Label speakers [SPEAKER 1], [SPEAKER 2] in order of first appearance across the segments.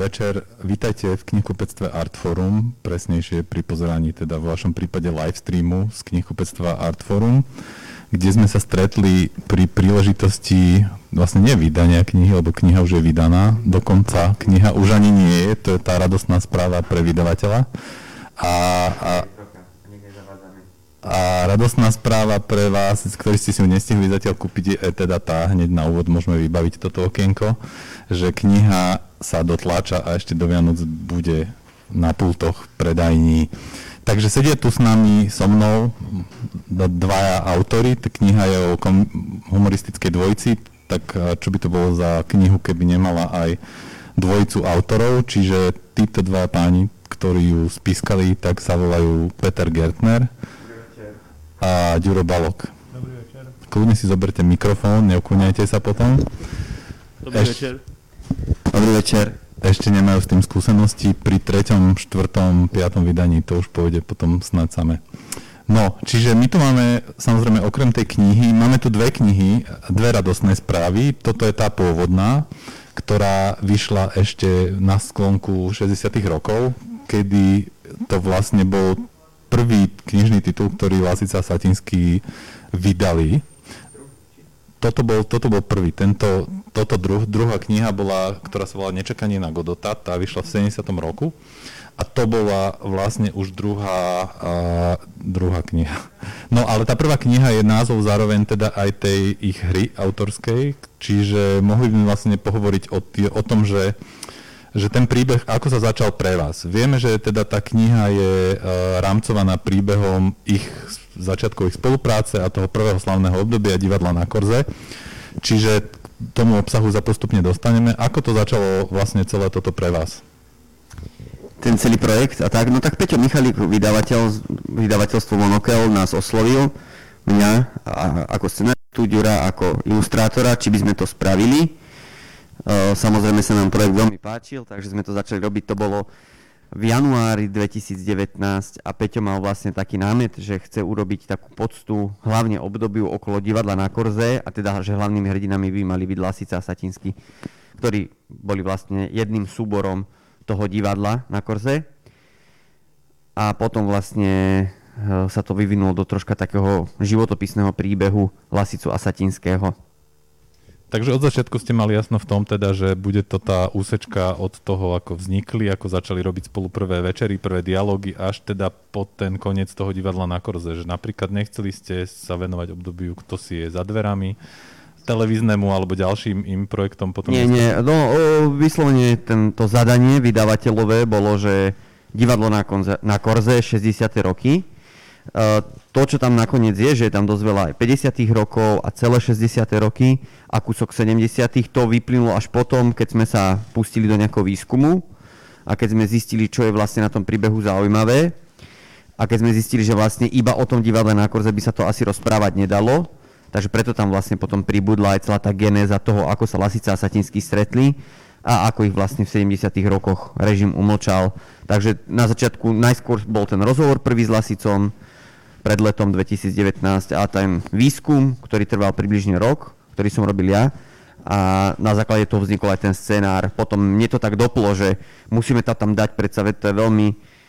[SPEAKER 1] večer. Vítajte v knihkupectve Artforum, presnejšie pri pozeraní teda v vašom prípade live streamu z knihkupectva Artforum, kde sme sa stretli pri príležitosti vlastne nie vydania knihy, lebo kniha už je vydaná, dokonca kniha už ani nie je, to je tá radostná správa pre vydavateľa. A radostná správa pre vás, ktorí ste si ju nestihli zatiaľ kúpiť, je teda tá, hneď na úvod môžeme vybaviť toto okienko, že kniha sa dotláča a ešte do Vianoc bude na pultoch predajní. Takže sedia tu s nami, so mnou, dvaja autori, tá kniha je o humoristickej dvojici, tak čo by to bolo za knihu, keby nemala aj dvojicu autorov, čiže títo dva páni, ktorí ju spískali, tak sa volajú Peter Gertner a Ďuro Balog.
[SPEAKER 2] Dobrý večer.
[SPEAKER 1] Kľudne si zoberte mikrofón, neukúňajte sa potom.
[SPEAKER 2] Dobrý večer.
[SPEAKER 3] Dobrý večer.
[SPEAKER 1] Ešte nemajú s tým skúsenosti, pri 3., 4., 5. vydaní to už pôjde potom snad samé. No, čiže my tu máme, samozrejme, okrem tej knihy, máme tu dve knihy, dve radostné správy. Toto je tá pôvodná, ktorá vyšla ešte na sklonku 60. rokov, kedy to vlastne bol prvý knižný titul, ktorý Lasica a Satinský vydali. Toto bol prvý. Druhá kniha bola, ktorá sa volá Nečakanie na Godota, tá vyšla v 70. roku. A to bola vlastne už druhá kniha. No ale tá prvá kniha je názov zároveň teda aj tej ich hry autorskej, čiže mohli by vlastne pohovoriť o tom, že ten príbeh, ako sa začal pre vás. Vieme, že teda tá kniha je rámcovaná príbehom ich začiatkových spolupráce a toho prvého slavného obdobia Divadla na Korze. Čiže tomu obsahu sa postupne dostaneme. Ako to začalo vlastne celé toto pre vás?
[SPEAKER 3] Ten celý projekt a tak, no tak Peťo Michalík, vydavateľstvo Monokel nás oslovil, mňa ako scenáristu, Ďura ako ilustrátora, či by sme to spravili. Samozrejme sa nám projekt veľmi páčil, takže sme to začali robiť. To bolo v januári 2019 a Peťo mal vlastne taký námet, že chce urobiť takú poctu hlavne obdobiu okolo Divadla na Korze a teda, že hlavnými hrdinami by mali byť Lasica a Satinský, ktorí boli vlastne jedným súborom toho divadla na Korze. A potom vlastne sa to vyvinulo do troška takého životopisného príbehu Lasicu a Satinského.
[SPEAKER 1] Takže od začiatku ste mali jasno v tom teda, že bude to tá úsečka od toho, ako vznikli, ako začali robiť spolu prvé večery, prvé dialógy, až teda pod ten koniec toho Divadla na Korze, že napríklad nechceli ste sa venovať obdobiu, kto si je za dverami, televíznemu alebo ďalším im projektom potom?
[SPEAKER 3] Nie, no vyslovene to zadanie vydavateľové bolo, že Divadlo na Korze 60. roky. To, čo tam nakoniec je, že je tam dosť veľa aj 50. rokov a celé 60. roky a kúsok 70. to vyplynulo až potom, keď sme sa pustili do nejakého výskumu a keď sme zistili, čo je vlastne na tom príbehu zaujímavé a keď sme zistili, že vlastne iba o tom Divadle na Korze by sa to asi rozprávať nedalo, takže preto tam vlastne potom pribudla aj celá tá genéza toho, ako sa Lasica a Satinský stretli a ako ich vlastne v 70. rokoch režim umlčal. Takže na začiatku najskôr bol ten rozhovor prvý s Lasicom pred letom 2019 a ten výskum, ktorý trval približne rok, ktorý som robil ja a na základe toho vznikol aj ten scenár. Potom mne to tak doplo, že musíme to tam dať predsa, veď to je veľmi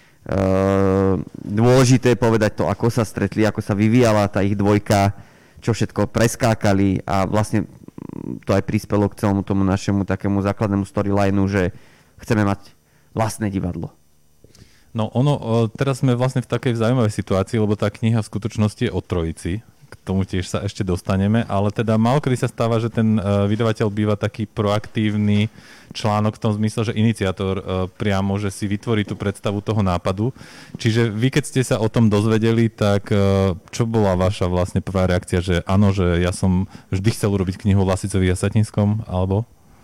[SPEAKER 3] dôležité povedať to, ako sa stretli, ako sa vyvíjala tá ich dvojka, čo všetko preskákali a vlastne to aj prispelo k celému tomu našemu takému základnému storylineu, že chceme mať vlastné divadlo.
[SPEAKER 1] No teraz sme vlastne v takej zaujímavej situácii, lebo tá kniha v skutočnosti je o trojici, k tomu tiež sa ešte dostaneme, ale teda málokedy sa stáva, že ten vydavateľ býva taký proaktívny článok v tom zmysle, že iniciátor priamo, že si vytvorí tú predstavu toho nápadu. Čiže vy, keď ste sa o tom dozvedeli, tak čo bola vaša vlastne prvá reakcia, že áno, že ja som vždy chcel urobiť knihu o Lasicovi a Satinskom, alebo?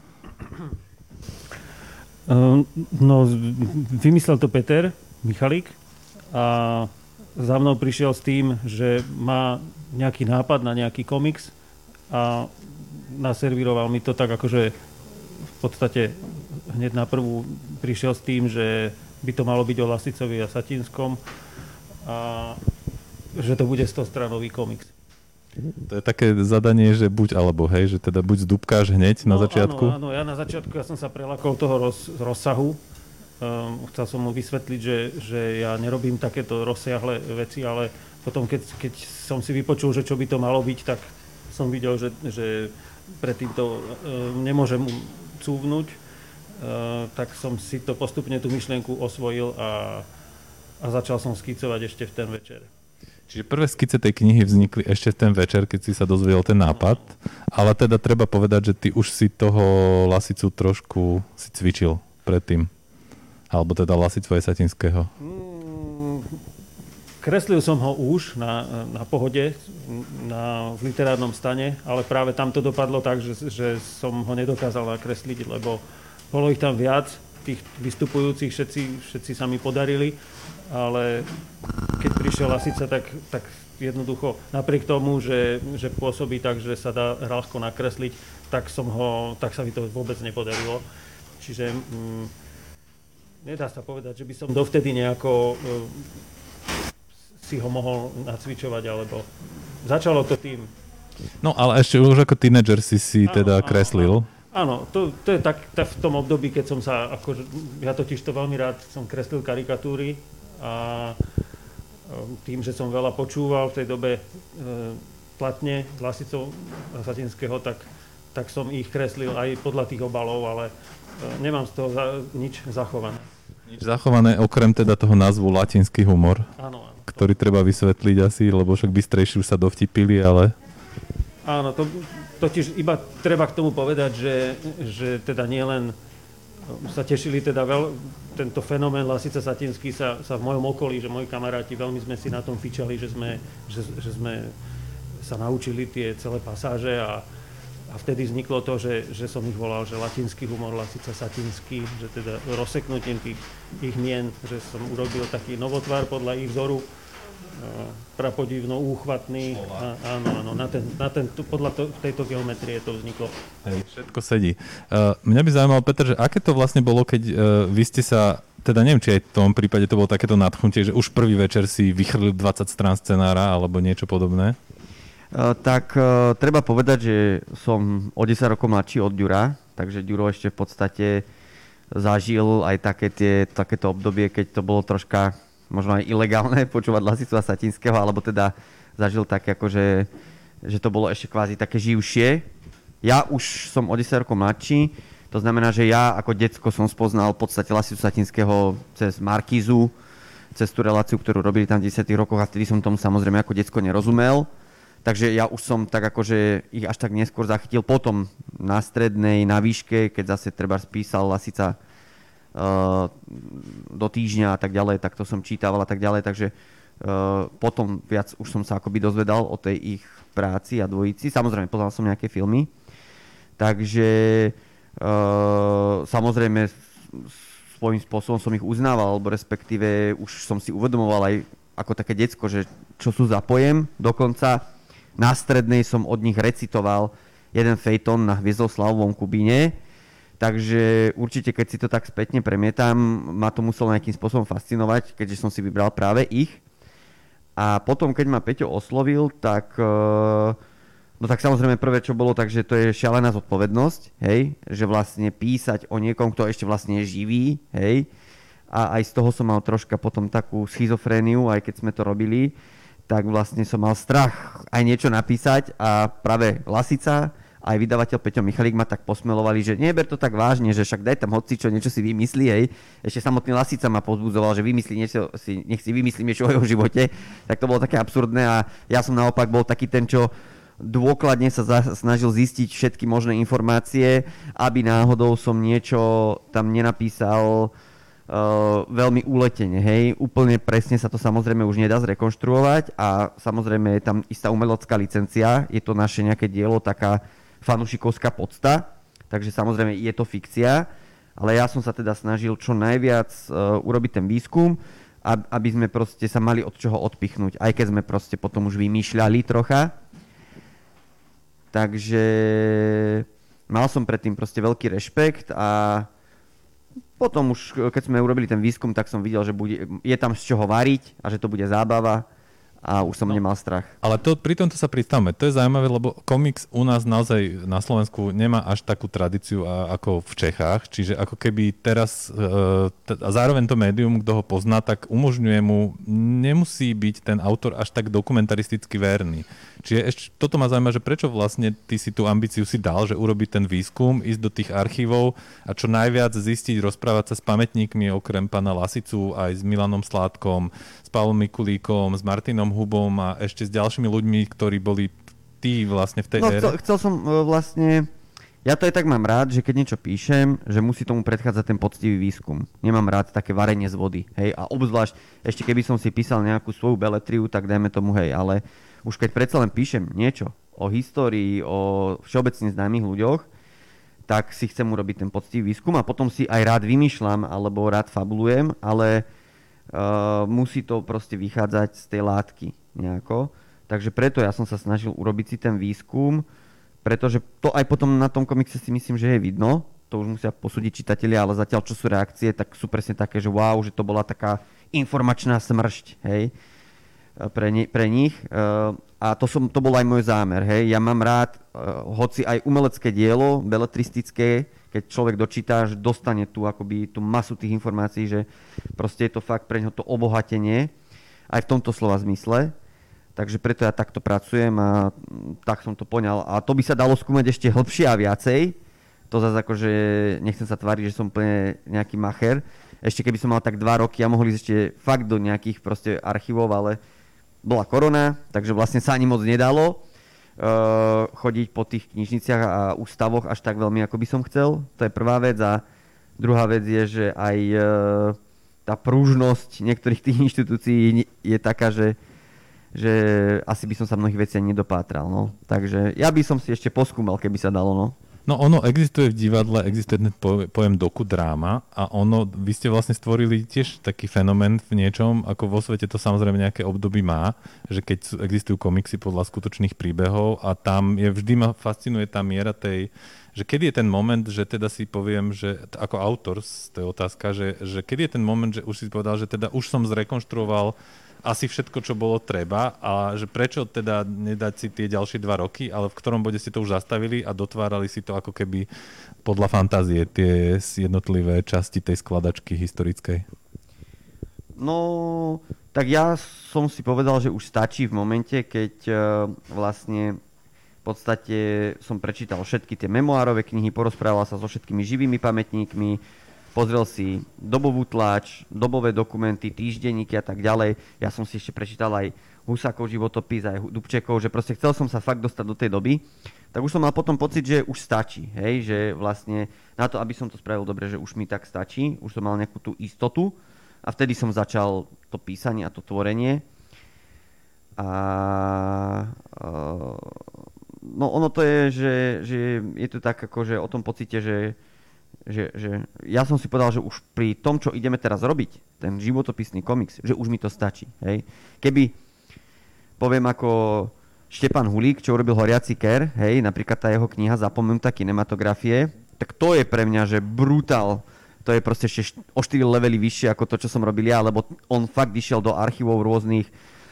[SPEAKER 2] No, vymyslel to Peter Michalík a za mnou prišiel s tým, že má nejaký nápad na nejaký komiks a naservíroval mi to tak, akože v podstate hneď na prvú prišiel s tým, že by to malo byť o Lasicovi a Satinskom a že to bude 100-stranový komiks.
[SPEAKER 1] To je také zadanie, že buď alebo, hej, že teda buď zdúbkáš hneď na začiatku.
[SPEAKER 2] Áno, ja na začiatku som sa prelakol toho rozsahu. Chcel som mu vysvetliť, že ja nerobím takéto rozsiahle veci, ale potom, keď som si vypočul, že čo by to malo byť, tak som videl, že predtým to nemôžem cúvnuť, tak som si to postupne tú myšlienku osvojil a začal som skicovať ešte v ten večer.
[SPEAKER 1] Čiže prvé skice tej knihy vznikli ešte v ten večer, keď si sa dozvedel ten nápad, ale teda treba povedať, že ty už si toho Lasicu trošku si cvičil predtým. Alebo teda Lasicu aj Satinského.
[SPEAKER 2] Kreslil som ho už na Pohode, v literárnom stane, ale práve tam to dopadlo tak, že som ho nedokázal nakresliť, lebo bolo ich tam viac, tých vystupujúcich, všetci sa mi podarili, ale keď prišiel Lasica, tak jednoducho, napriek tomu, že pôsobí tak, že sa dá ľahko nakresliť, tak sa mi to vôbec nepodarilo. Čiže nedá sa povedať, že by som dovtedy nejako si ho mohol nacvičovať, alebo začalo to tým.
[SPEAKER 1] No ale ešte už ako tínedžer si teda kreslil.
[SPEAKER 2] Áno, to je tak v tom období, keď som sa, ja totiž to veľmi rád som kreslil karikatúry a tým, že som veľa počúval v tej dobe platne Lasicov a Satinského, tak som ich kreslil aj podľa tých obalov, ale nemám z toho nič zachované.
[SPEAKER 1] Nič zachované, okrem teda toho názvu latinský humor,
[SPEAKER 2] áno.
[SPEAKER 1] Ktorý treba vysvetliť asi, lebo však bystrejší už sa dovtipili, ale...
[SPEAKER 2] Áno, totiž iba treba k tomu povedať, že teda nielen sa tešili teda tento fenomén Lasica Satinský sa v mojom okolí, že moji kamaráti, veľmi sme si na tom fičali, že sme sa naučili tie celé pasáže a vtedy vzniklo to, že som ich volal, že latinský humor, Lasica Satinský, že teda rozseknutím ich mien, že som urobil taký novotvar podľa ich vzoru, prapodivno úchvatný. Áno, podľa tejto geometrie to vzniklo.
[SPEAKER 1] Hej, všetko sedí. Mňa by zaujímalo, Peter, že aké to vlastne bolo, keď vy ste sa, teda neviem, či aj v tom prípade to bolo takéto nadchnutie, že už prvý večer si vychrlil 20 strán scenára alebo niečo podobné?
[SPEAKER 3] Treba povedať, že som o 10 rokov mladší od Ďura, takže Ďuro ešte v podstate zažil aj takéto obdobie, keď to bolo troška možno aj ilegálne počúvať Lasicu a Satinského, alebo teda zažil také akože, že to bolo ešte kvázi také živšie. Ja už som o 10 rokov mladší, to znamená, že ja ako decko som spoznal v podstate Lasicu Satinského cez Markízu, cez tú reláciu, ktorú robili tam v 10 rokoch a vtedy som tomu samozrejme ako decko nerozumel. Takže ja už som tak akože ich až tak neskôr zachytil. Potom na strednej, na výške, keď zase treba spísal Lasica do týždňa a tak ďalej, tak to som čítaval a tak ďalej. Takže potom viac už som sa akoby dozvedal o tej ich práci a dvojici. Samozrejme, pozeral som nejaké filmy. Takže samozrejme svojím spôsobom som ich uznával, alebo respektíve už som si uvedomoval aj ako také decko, že čo sú za pojem. Dokonca na strednej som od nich recitoval jeden fejton na Hviezdoslavovom Kubíne, takže určite, keď si to tak spätne premietam, ma to muselo nejakým spôsobom fascinovať, keďže som si vybral práve ich. A potom, keď ma Peťo oslovil, tak samozrejme prvé, čo bolo, takže to je šialená zodpovednosť, hej, že vlastne písať o niekom, kto ešte vlastne je živý, hej, a aj z toho som mal troška potom takú schizofréniu, aj keď sme to robili, tak vlastne som mal strach aj niečo napísať a práve Lasica aj vydavateľ Peťo Michalík ma tak posmelovali, že neber to tak vážne, že však daj tam hocičo, niečo si vymyslí, hej. Ešte samotný Lasica ma povzbudzoval, že nech si vymyslí niečo o jeho živote, tak to bolo také absurdné a ja som naopak bol taký ten, čo dôkladne sa snažil zistiť všetky možné informácie, aby náhodou som niečo tam nenapísal veľmi uletene, hej. Úplne presne sa to samozrejme už nedá zrekonštruovať a samozrejme je tam istá umelecká licencia, je to naše nejaké dielo, taká fanušikovská podsta, takže samozrejme je to fikcia, ale ja som sa teda snažil čo najviac urobiť ten výskum, aby sme proste sa mali od čoho odpichnúť, aj keď sme proste potom už vymýšľali trocha. Takže mal som predtým proste veľký rešpekt a potom už, keď sme urobili ten výskum, tak som videl, že je tam z čoho variť a že to bude zábava a už som nemal strach.
[SPEAKER 1] Ale pri tomto sa pristavme. To je zaujímavé, lebo komiks u nás naozaj na Slovensku nemá až takú tradíciu ako v Čechách. Čiže ako keby teraz, a zároveň to médium, kto ho pozná, tak umožňuje mu, nemusí byť ten autor až tak dokumentaristicky verný. Čiže ešte toto ma zaujíma, že prečo vlastne ty si tú ambíciu si dal, že urobiť ten výskum, ísť do tých archívov a čo najviac zistiť, rozprávať sa s pamätníkmi, okrem pána Lasicu, aj s Milanom Sládkom, s Pavlom Mikulíkom, s Martinom Hubom a ešte s ďalšími ľuďmi, ktorí boli tí vlastne v tej ére.
[SPEAKER 3] Chcel som vlastne, ja to aj tak mám rád, že keď niečo píšem, že musí tomu predchádzať ten poctivý výskum. Nemám rád také varenie z vody, hej, a obzvlášť, ešte keby som si písal nejakú svoju beletriu, tak dajme tomu, hej, ale už keď predsa len píšem niečo o histórii, o všeobecne známych ľuďoch, tak si chcem urobiť ten poctivý výskum a potom si aj rád vymýšľam alebo rád fabulujem, ale musí to proste vychádzať z tej látky nejako. Takže preto ja som sa snažil urobiť si ten výskum, pretože to aj potom na tom komikse si myslím, že je vidno. To už musia posúdiť čitatelia, ale zatiaľ čo sú reakcie, tak sú presne také, že wow, že to bola taká informačná smršť, hej, pre nich. A to bol aj môj zámer, hej. Ja mám rád, hoci aj umelecké dielo, beletristické, keď človek dočíta, že dostane tú masu tých informácií, že proste je to fakt pre neho to obohatenie, aj v tomto slova zmysle. Takže preto ja takto pracujem a tak som to poňal. A to by sa dalo skúmať ešte hlbšie a viacej. To zase akože nechcem sa tváriť, že som úplne nejaký macher. Ešte keby som mal tak 2 roky a mohli ísť ešte fakt do nejakých proste archívov, ale bola korona, takže vlastne sa ani moc nedalo chodiť po tých knižniciach a ústavoch až tak veľmi, ako by som chcel. To je prvá vec. A druhá vec je, že aj tá pružnosť niektorých tých inštitúcií je taká, že asi by som sa mnohých vecí nedopátral. No. Takže ja by som si ešte poskúmal, keby sa dalo. No.
[SPEAKER 1] No ono existuje v divadle, existuje ten pojem dokudráma a vy ste vlastne stvorili tiež taký fenomén v niečom, ako vo svete to samozrejme nejaké obdobie má, že keď existujú komiksy podľa skutočných príbehov a tam vždy ma fascinuje tá miera tej, že kedy je ten moment, že teda si poviem, že ako autor, to je otázka, že kedy je ten moment, že už si povedal, že teda už som zrekonštruoval asi všetko, čo bolo treba a že prečo teda nedať si tie ďalšie 2 roky, ale v ktorom bode ste to už zastavili a dotvárali si to ako keby podľa fantázie tie jednotlivé časti tej skladačky historickej?
[SPEAKER 3] No, tak ja som si povedal, že už stačí v momente, keď vlastne v podstate som prečítal všetky tie memoárové knihy, porozprával sa so všetkými živými pamätníkmi, pozrel si dobovú tlač, dobové dokumenty, týždenníky a tak ďalej. Ja som si ešte prečítal aj Husákov životopis, aj Dubčekov, že proste chcel som sa fakt dostať do tej doby. Tak už som mal potom pocit, že už stačí, hej, že vlastne na to, aby som to spravil dobre, že už mi tak stačí, už som mal nejakú tú istotu a vtedy som začal to písanie a to tvorenie. No ono to je, že je to tak akože o tom pocite, že ja som si povedal, že už pri tom, čo ideme teraz robiť, ten životopisný komiks, že už mi to stačí. Hej. Keby, poviem ako Štepan Hulík, čo urobil Horiaci ker, hej, napríklad tá jeho kniha Zapomenutá kinematografie, tak to je pre mňa, že brutál. To je proste ešte o 4 levely vyššie ako to, čo som robil ja, lebo on fakt išiel do archívov rôznych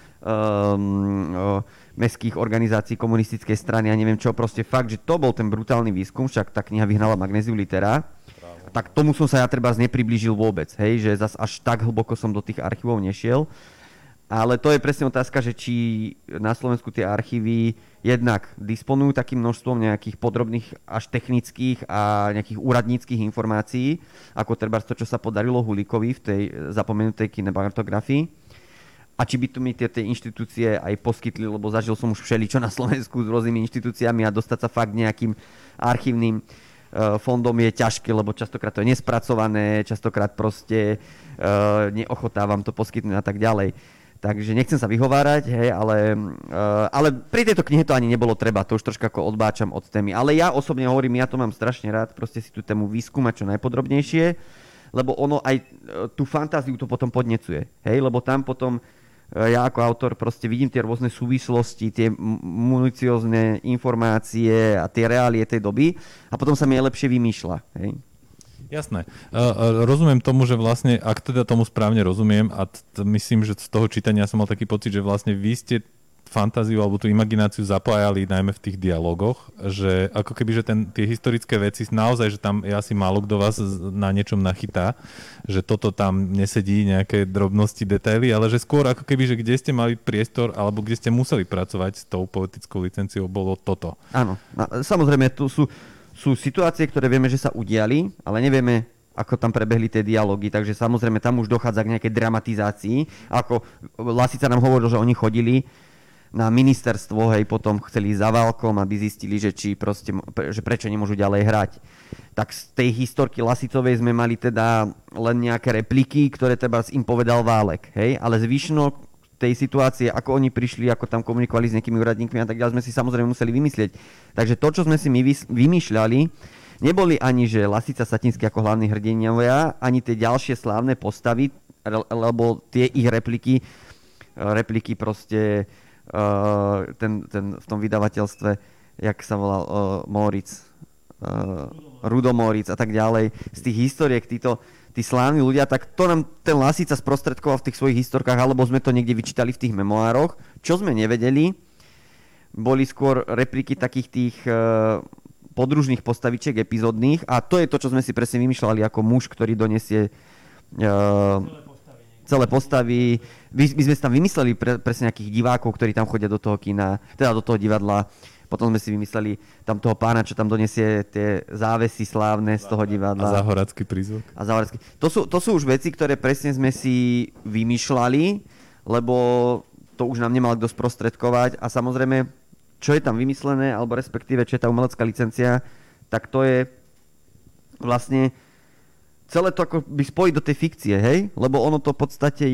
[SPEAKER 3] mestských organizácií komunistickej strany a neviem čo, proste fakt, že to bol ten brutálny výskum, však tá kniha vyhnala Magnéziu Litera. Tak tomu som sa ja trebárs nepriblížil vôbec, hej, že zas až tak hlboko som do tých archívov nešiel. Ale to je presne otázka, že či na Slovensku tie archívy jednak disponujú takým množstvom nejakých podrobných až technických a nejakých úradníckých informácií, ako trebárs to, čo sa podarilo Hulíkovi v tej zapomenutej kinematografii. A či by tu mi tie inštitúcie aj poskytli, lebo zažil som už všeličo na Slovensku s rôznymi inštitúciami a dostať sa fakt nejakým archívnym fondom je ťažké, lebo častokrát to je nespracované, častokrát proste neochotávam to poskytnúť a tak ďalej. Takže nechcem sa vyhovárať, hej, ale pri tejto knihe to ani nebolo treba, to už troška ako odbáčam od témy. Ale ja osobne hovorím, ja to mám strašne rád, proste si tú tému vyskúmať čo najpodrobnejšie, lebo ono aj tú fantáziu to potom podnecuje, hej, lebo tam potom ja ako autor proste vidím tie rôzne súvislosti, tie municiózne informácie a tie reálie tej doby a potom sa mi aj lepšie vymýšľa. Hej.
[SPEAKER 1] Jasné. Rozumiem tomu, že vlastne, ak teda tomu správne rozumiem, a myslím, že z toho čítania som mal taký pocit, že vlastne vy ste fantáziu alebo tú imagináciu zapájali najmä v tých dialogoch, že ako keby, že tie historické veci, naozaj, že tam je asi málo kto vás na niečom nachytá, že toto tam nesedí, nejaké drobnosti, detaily, ale že skôr ako keby, že kde ste mali priestor alebo kde ste museli pracovať s tou poetickou licenciou, bolo toto.
[SPEAKER 3] Áno. Samozrejme, tu sú situácie, ktoré vieme, že sa udiali, ale nevieme, ako tam prebehli tie dialógy, takže samozrejme tam už dochádza k nejakej dramatizácii. Ako Lasica nám hovoril, že oni chodili na ministerstvo, hej, potom chceli za válkom, aby zistili, že prečo nemôžu ďalej hrať. Tak z tej historky Lasicovej sme mali teda len nejaké repliky, ktoré teda im povedal Válek, hej, ale zvyšnok tej situácie, ako oni prišli, ako tam komunikovali s nejakými úradníkmi a tak ďalej, sme si samozrejme museli vymyslieť. Takže to, čo sme si my vymýšľali, neboli ani, že Lasica, Satinský ako hlavní hrdinovia, ani tie ďalšie slávne postavy, lebo tie ich repliky proste v tom vydavateľstve, jak sa volal, Moritz, Rudo Moritz a tak ďalej, z tých historiek, tí slávni ľudia, tak to nám ten Lasica sprostredkoval v tých svojich historkách, alebo sme to niekde vyčítali v tých memoároch. Čo sme nevedeli, boli skôr repliky takých tých podružných postavičiek epizódnych a to je to, čo sme si presne vymýšľali ako muž, ktorý donesie celé postavy. My sme si tam vymysleli presne nejakých divákov, ktorí tam chodia do toho kina, teda do toho divadla. Potom sme si vymysleli tam toho pána, čo tam donesie tie závesy slávne z toho divadla.
[SPEAKER 1] A záhoracký prízvuk.
[SPEAKER 3] To sú už veci, ktoré presne sme si vymýšľali, lebo to už nám nemal kto sprostredkovať. A samozrejme, čo je tam vymyslené, alebo respektíve, čo je tá umelecká licencia, tak to je vlastne celé to ako by spojiť do tej fikcie, hej? Lebo ono to v podstate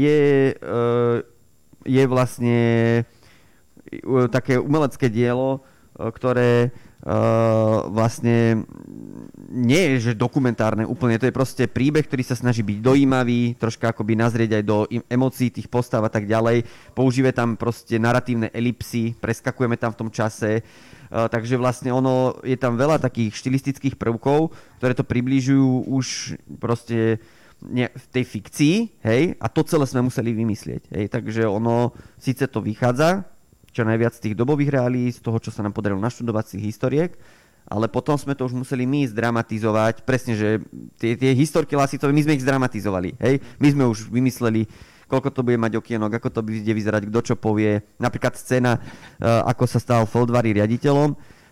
[SPEAKER 3] je vlastne také umelecké dielo, ktoré vlastne nie je že dokumentárne úplne, to je proste príbeh, ktorý sa snaží byť dojímavý, troška akoby nazrieť aj do emócií tých postav a tak ďalej. Používa tam proste naratívne elipsy, preskakujeme tam v tom čase, takže vlastne ono, je tam veľa takých štilistických prvkov, ktoré to približujú už proste v tej fikcii, hej, a to celé sme museli vymyslieť, hej, takže ono, síce to vychádza čo najviac z tých dobových reálí, z toho, čo sa nám podarilo naštudovať z tých historiek, ale potom sme to už museli my zdramatizovať, presne, že tie historky Lasicové, my sme ich zdramatizovali, hej, my sme už vymysleli, koľko to bude mať okienok, ako to bude vyzerať, kto čo povie, napríklad scéna, ako sa stal Feldvári riaditeľom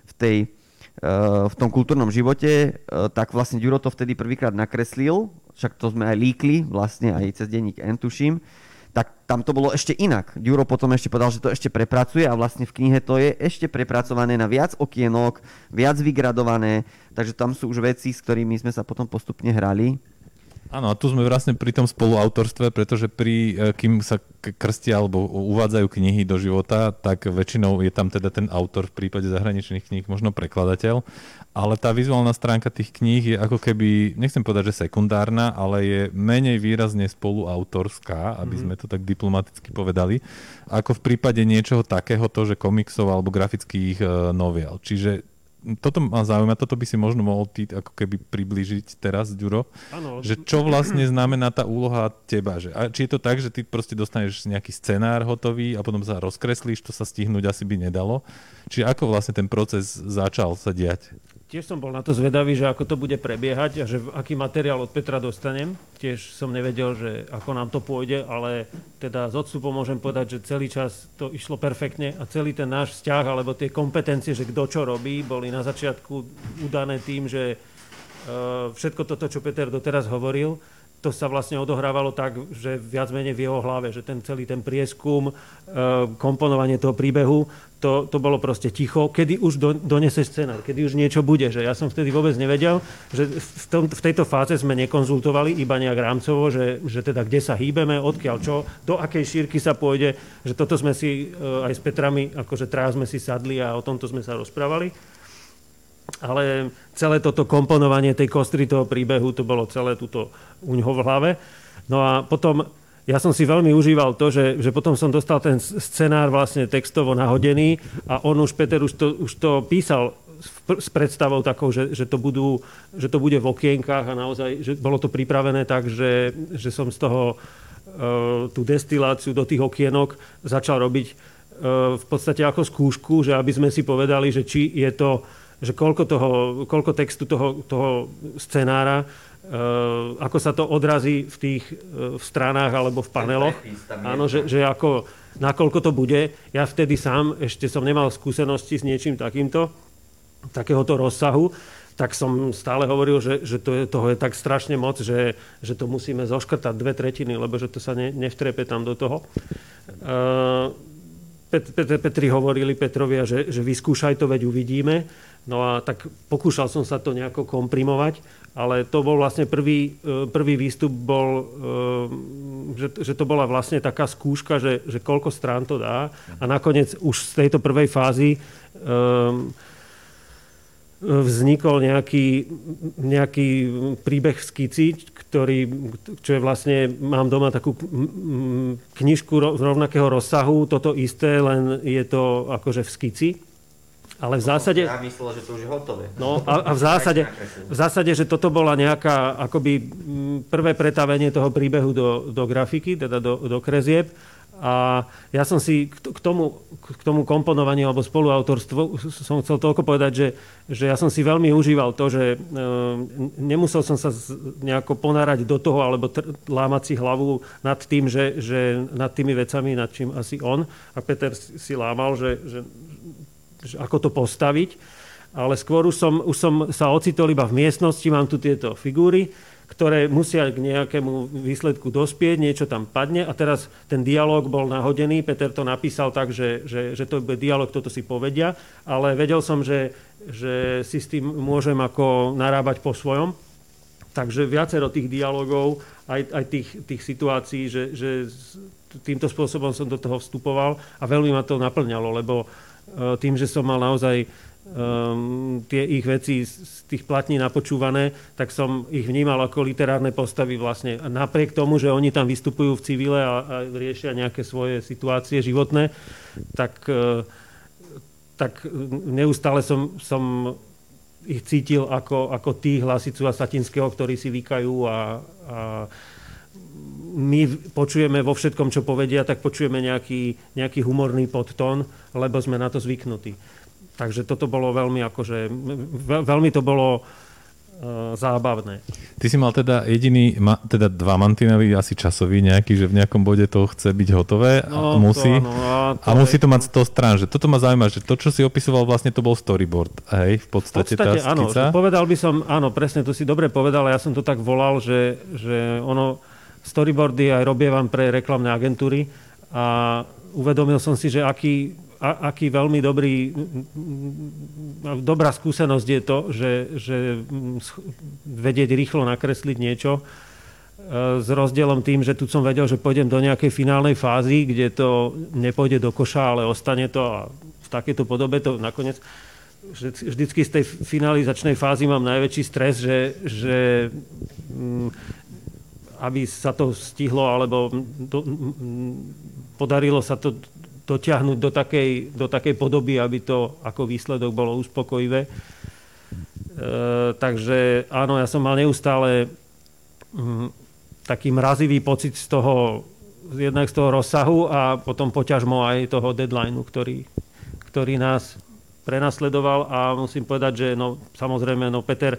[SPEAKER 3] v tom kultúrnom živote, tak vlastne Ďuro to vtedy prvýkrát nakreslil, však to sme aj líkli, vlastne aj cez denník N, tuším, tak tam to bolo ešte inak. Ďuro potom ešte povedal, že to ešte prepracuje a vlastne v knihe to je ešte prepracované na viac okienok, viac vygradované, takže tam sú už veci, s ktorými sme sa potom postupne hrali.
[SPEAKER 1] Áno, a tu sme vlastne pri tom spoluautorstve, pretože kým sa krstia alebo uvádzajú knihy do života, tak väčšinou je tam teda ten autor v prípade zahraničných kníh, možno prekladateľ, ale tá vizuálna stránka tých kníh je ako keby, nechcem povedať, že sekundárna, ale je menej výrazne spoluautorská, aby sme to tak diplomaticky povedali, ako v prípade niečoho takéhoto, že komiksov alebo grafických noviel. Čiže toto ma zaujíma, toto by si možno mohol ty ako keby priblížiť teraz, Ďuro, že čo vlastne znamená tá úloha teba, či je to tak, že ty proste dostaneš nejaký scenár hotový a potom sa rozkreslíš, to sa stihnúť asi by nedalo, čiže ako vlastne ten proces začal sa diať?
[SPEAKER 2] Tiež som bol na to zvedavý, že ako to bude prebiehať a že aký materiál od Petra dostanem. Tiež som nevedel, že ako nám to pôjde, ale teda z odstupom môžem povedať, že celý čas to išlo perfektne a celý ten náš vzťah, alebo tie kompetencie, že kto čo robí, boli na začiatku udané tým, že všetko toto, čo Peter doteraz hovoril, to sa vlastne odohrávalo tak, že viac menej v jeho hlave, že celý ten prieskum, komponovanie toho príbehu, to bolo proste ticho, kedy už donese scenár, kedy už niečo bude. Že ja som vtedy vôbec nevedel, že v tejto fáze sme nekonzultovali iba nejak rámcovo, že teda kde sa hýbeme, odkiaľ čo, do akej šírky sa pôjde, že toto sme si aj s Petrami, akože traja sme si sadli a o tomto sme sa rozprávali. Ale celé toto komponovanie tej kostry toho príbehu, to bolo celé tuto u ňoho v hlave. No a potom ja som si veľmi užíval to, že potom som dostal ten scenár vlastne textovo nahodený a on už, Peter, už to písal v s predstavou takou, že to bude v okienkách a naozaj, že bolo to pripravené tak, že som z toho tú destiláciu do tých okienok začal robiť v podstate ako skúšku, že aby sme si povedali, že či je to, že koľko textu toho scenára, ako sa to odrazí v stranách alebo v paneloch. Áno, že ako, nakoľko to bude. Ja vtedy sám ešte som nemal skúsenosti s niečím takéhoto rozsahu, tak som stále hovoril, že toho je tak strašne moc, že to musíme zoškrtať 2/3, lebo že to sa nevtrepe tam do toho. Petri hovorili Petrovia, že vyskúšaj to, veď uvidíme. No a tak pokúšal som sa to nejako komprimovať, ale to bol vlastne prvý výstup bol, že to bola vlastne taká skúška, že koľko strán to dá. A nakoniec už z tejto prvej fázy vznikol nejaký príbeh v skici, čo je vlastne, mám doma takú knižku rovnakého rozsahu, toto isté, len je to akože v skici. Ale v zásade...
[SPEAKER 3] Ja myslel, že to už je hotové.
[SPEAKER 2] No a v zásade, že toto bola nejaká akoby prvé pretavenie toho príbehu do grafiky, teda do kresieb. A ja som si k tomu komponovaniu alebo spoluautorstvu som chcel toľko povedať, že ja som si veľmi užíval to, že nemusel som sa nejako ponárať do toho alebo lámať si hlavu nad tým, že nad tými vecami, nad čím asi on. A Peter si lámal, že ako to postaviť. Ale skôr už som sa ocitol iba v miestnosti, mám tu tieto figúry, ktoré musia k nejakému výsledku dospieť, niečo tam padne a teraz ten dialóg bol nahodený. Peter to napísal tak, že to bude dialóg, toto si povedia, ale vedel som, že si s tým môžem ako narábať po svojom. Takže viacero tých dialógov, aj tých situácií, že týmto spôsobom som do toho vstupoval a veľmi ma to naplňalo, lebo tým, že som mal naozaj tie ich veci z tých platní napočúvané, tak som ich vnímal ako literárne postavy vlastne. A napriek tomu, že oni tam vystupujú v civile a riešia nejaké svoje situácie životné, tak neustále som ich cítil ako tých Hlasicu a Satinského, ktorí si vykajú a my počujeme vo všetkom, čo povedia, tak počujeme nejaký humorný podtón, lebo sme na to zvyknutí. Takže toto bolo veľmi veľmi to bolo zábavné.
[SPEAKER 1] Ty si mal teda teda dva mantinely, asi časový nejaký, že v nejakom bode to chce byť hotové a musí. A musí to mať 100 strán. Že toto ma zaujíma, že to, čo si opisoval, vlastne to bol storyboard. Hej, v podstate tá skica.
[SPEAKER 2] Áno, povedal by som, áno, presne, to si dobre povedal, ja som to tak volal, že ono storyboardy aj robievam pre reklamné agentúry a uvedomil som si, že aký veľmi dobrá skúsenosť je to, že vedieť rýchlo nakresliť niečo s rozdielom tým, že tu som vedel, že pôjdem do nejakej finálnej fázy, kde to nepôjde do koša, ale ostane to a v takejto podobe to nakoniec vždycky z tej finalizačnej fázy mám najväčší stres, že aby sa to stihlo, alebo podarilo sa to dotiahnuť do takej podoby, aby to ako výsledok bolo uspokojivé. Takže áno, ja som mal neustále taký mrazivý pocit jednak z toho rozsahu a potom poťažmo aj toho deadlineu, ktorý nás prenasledoval a musím povedať, že samozrejme Peter,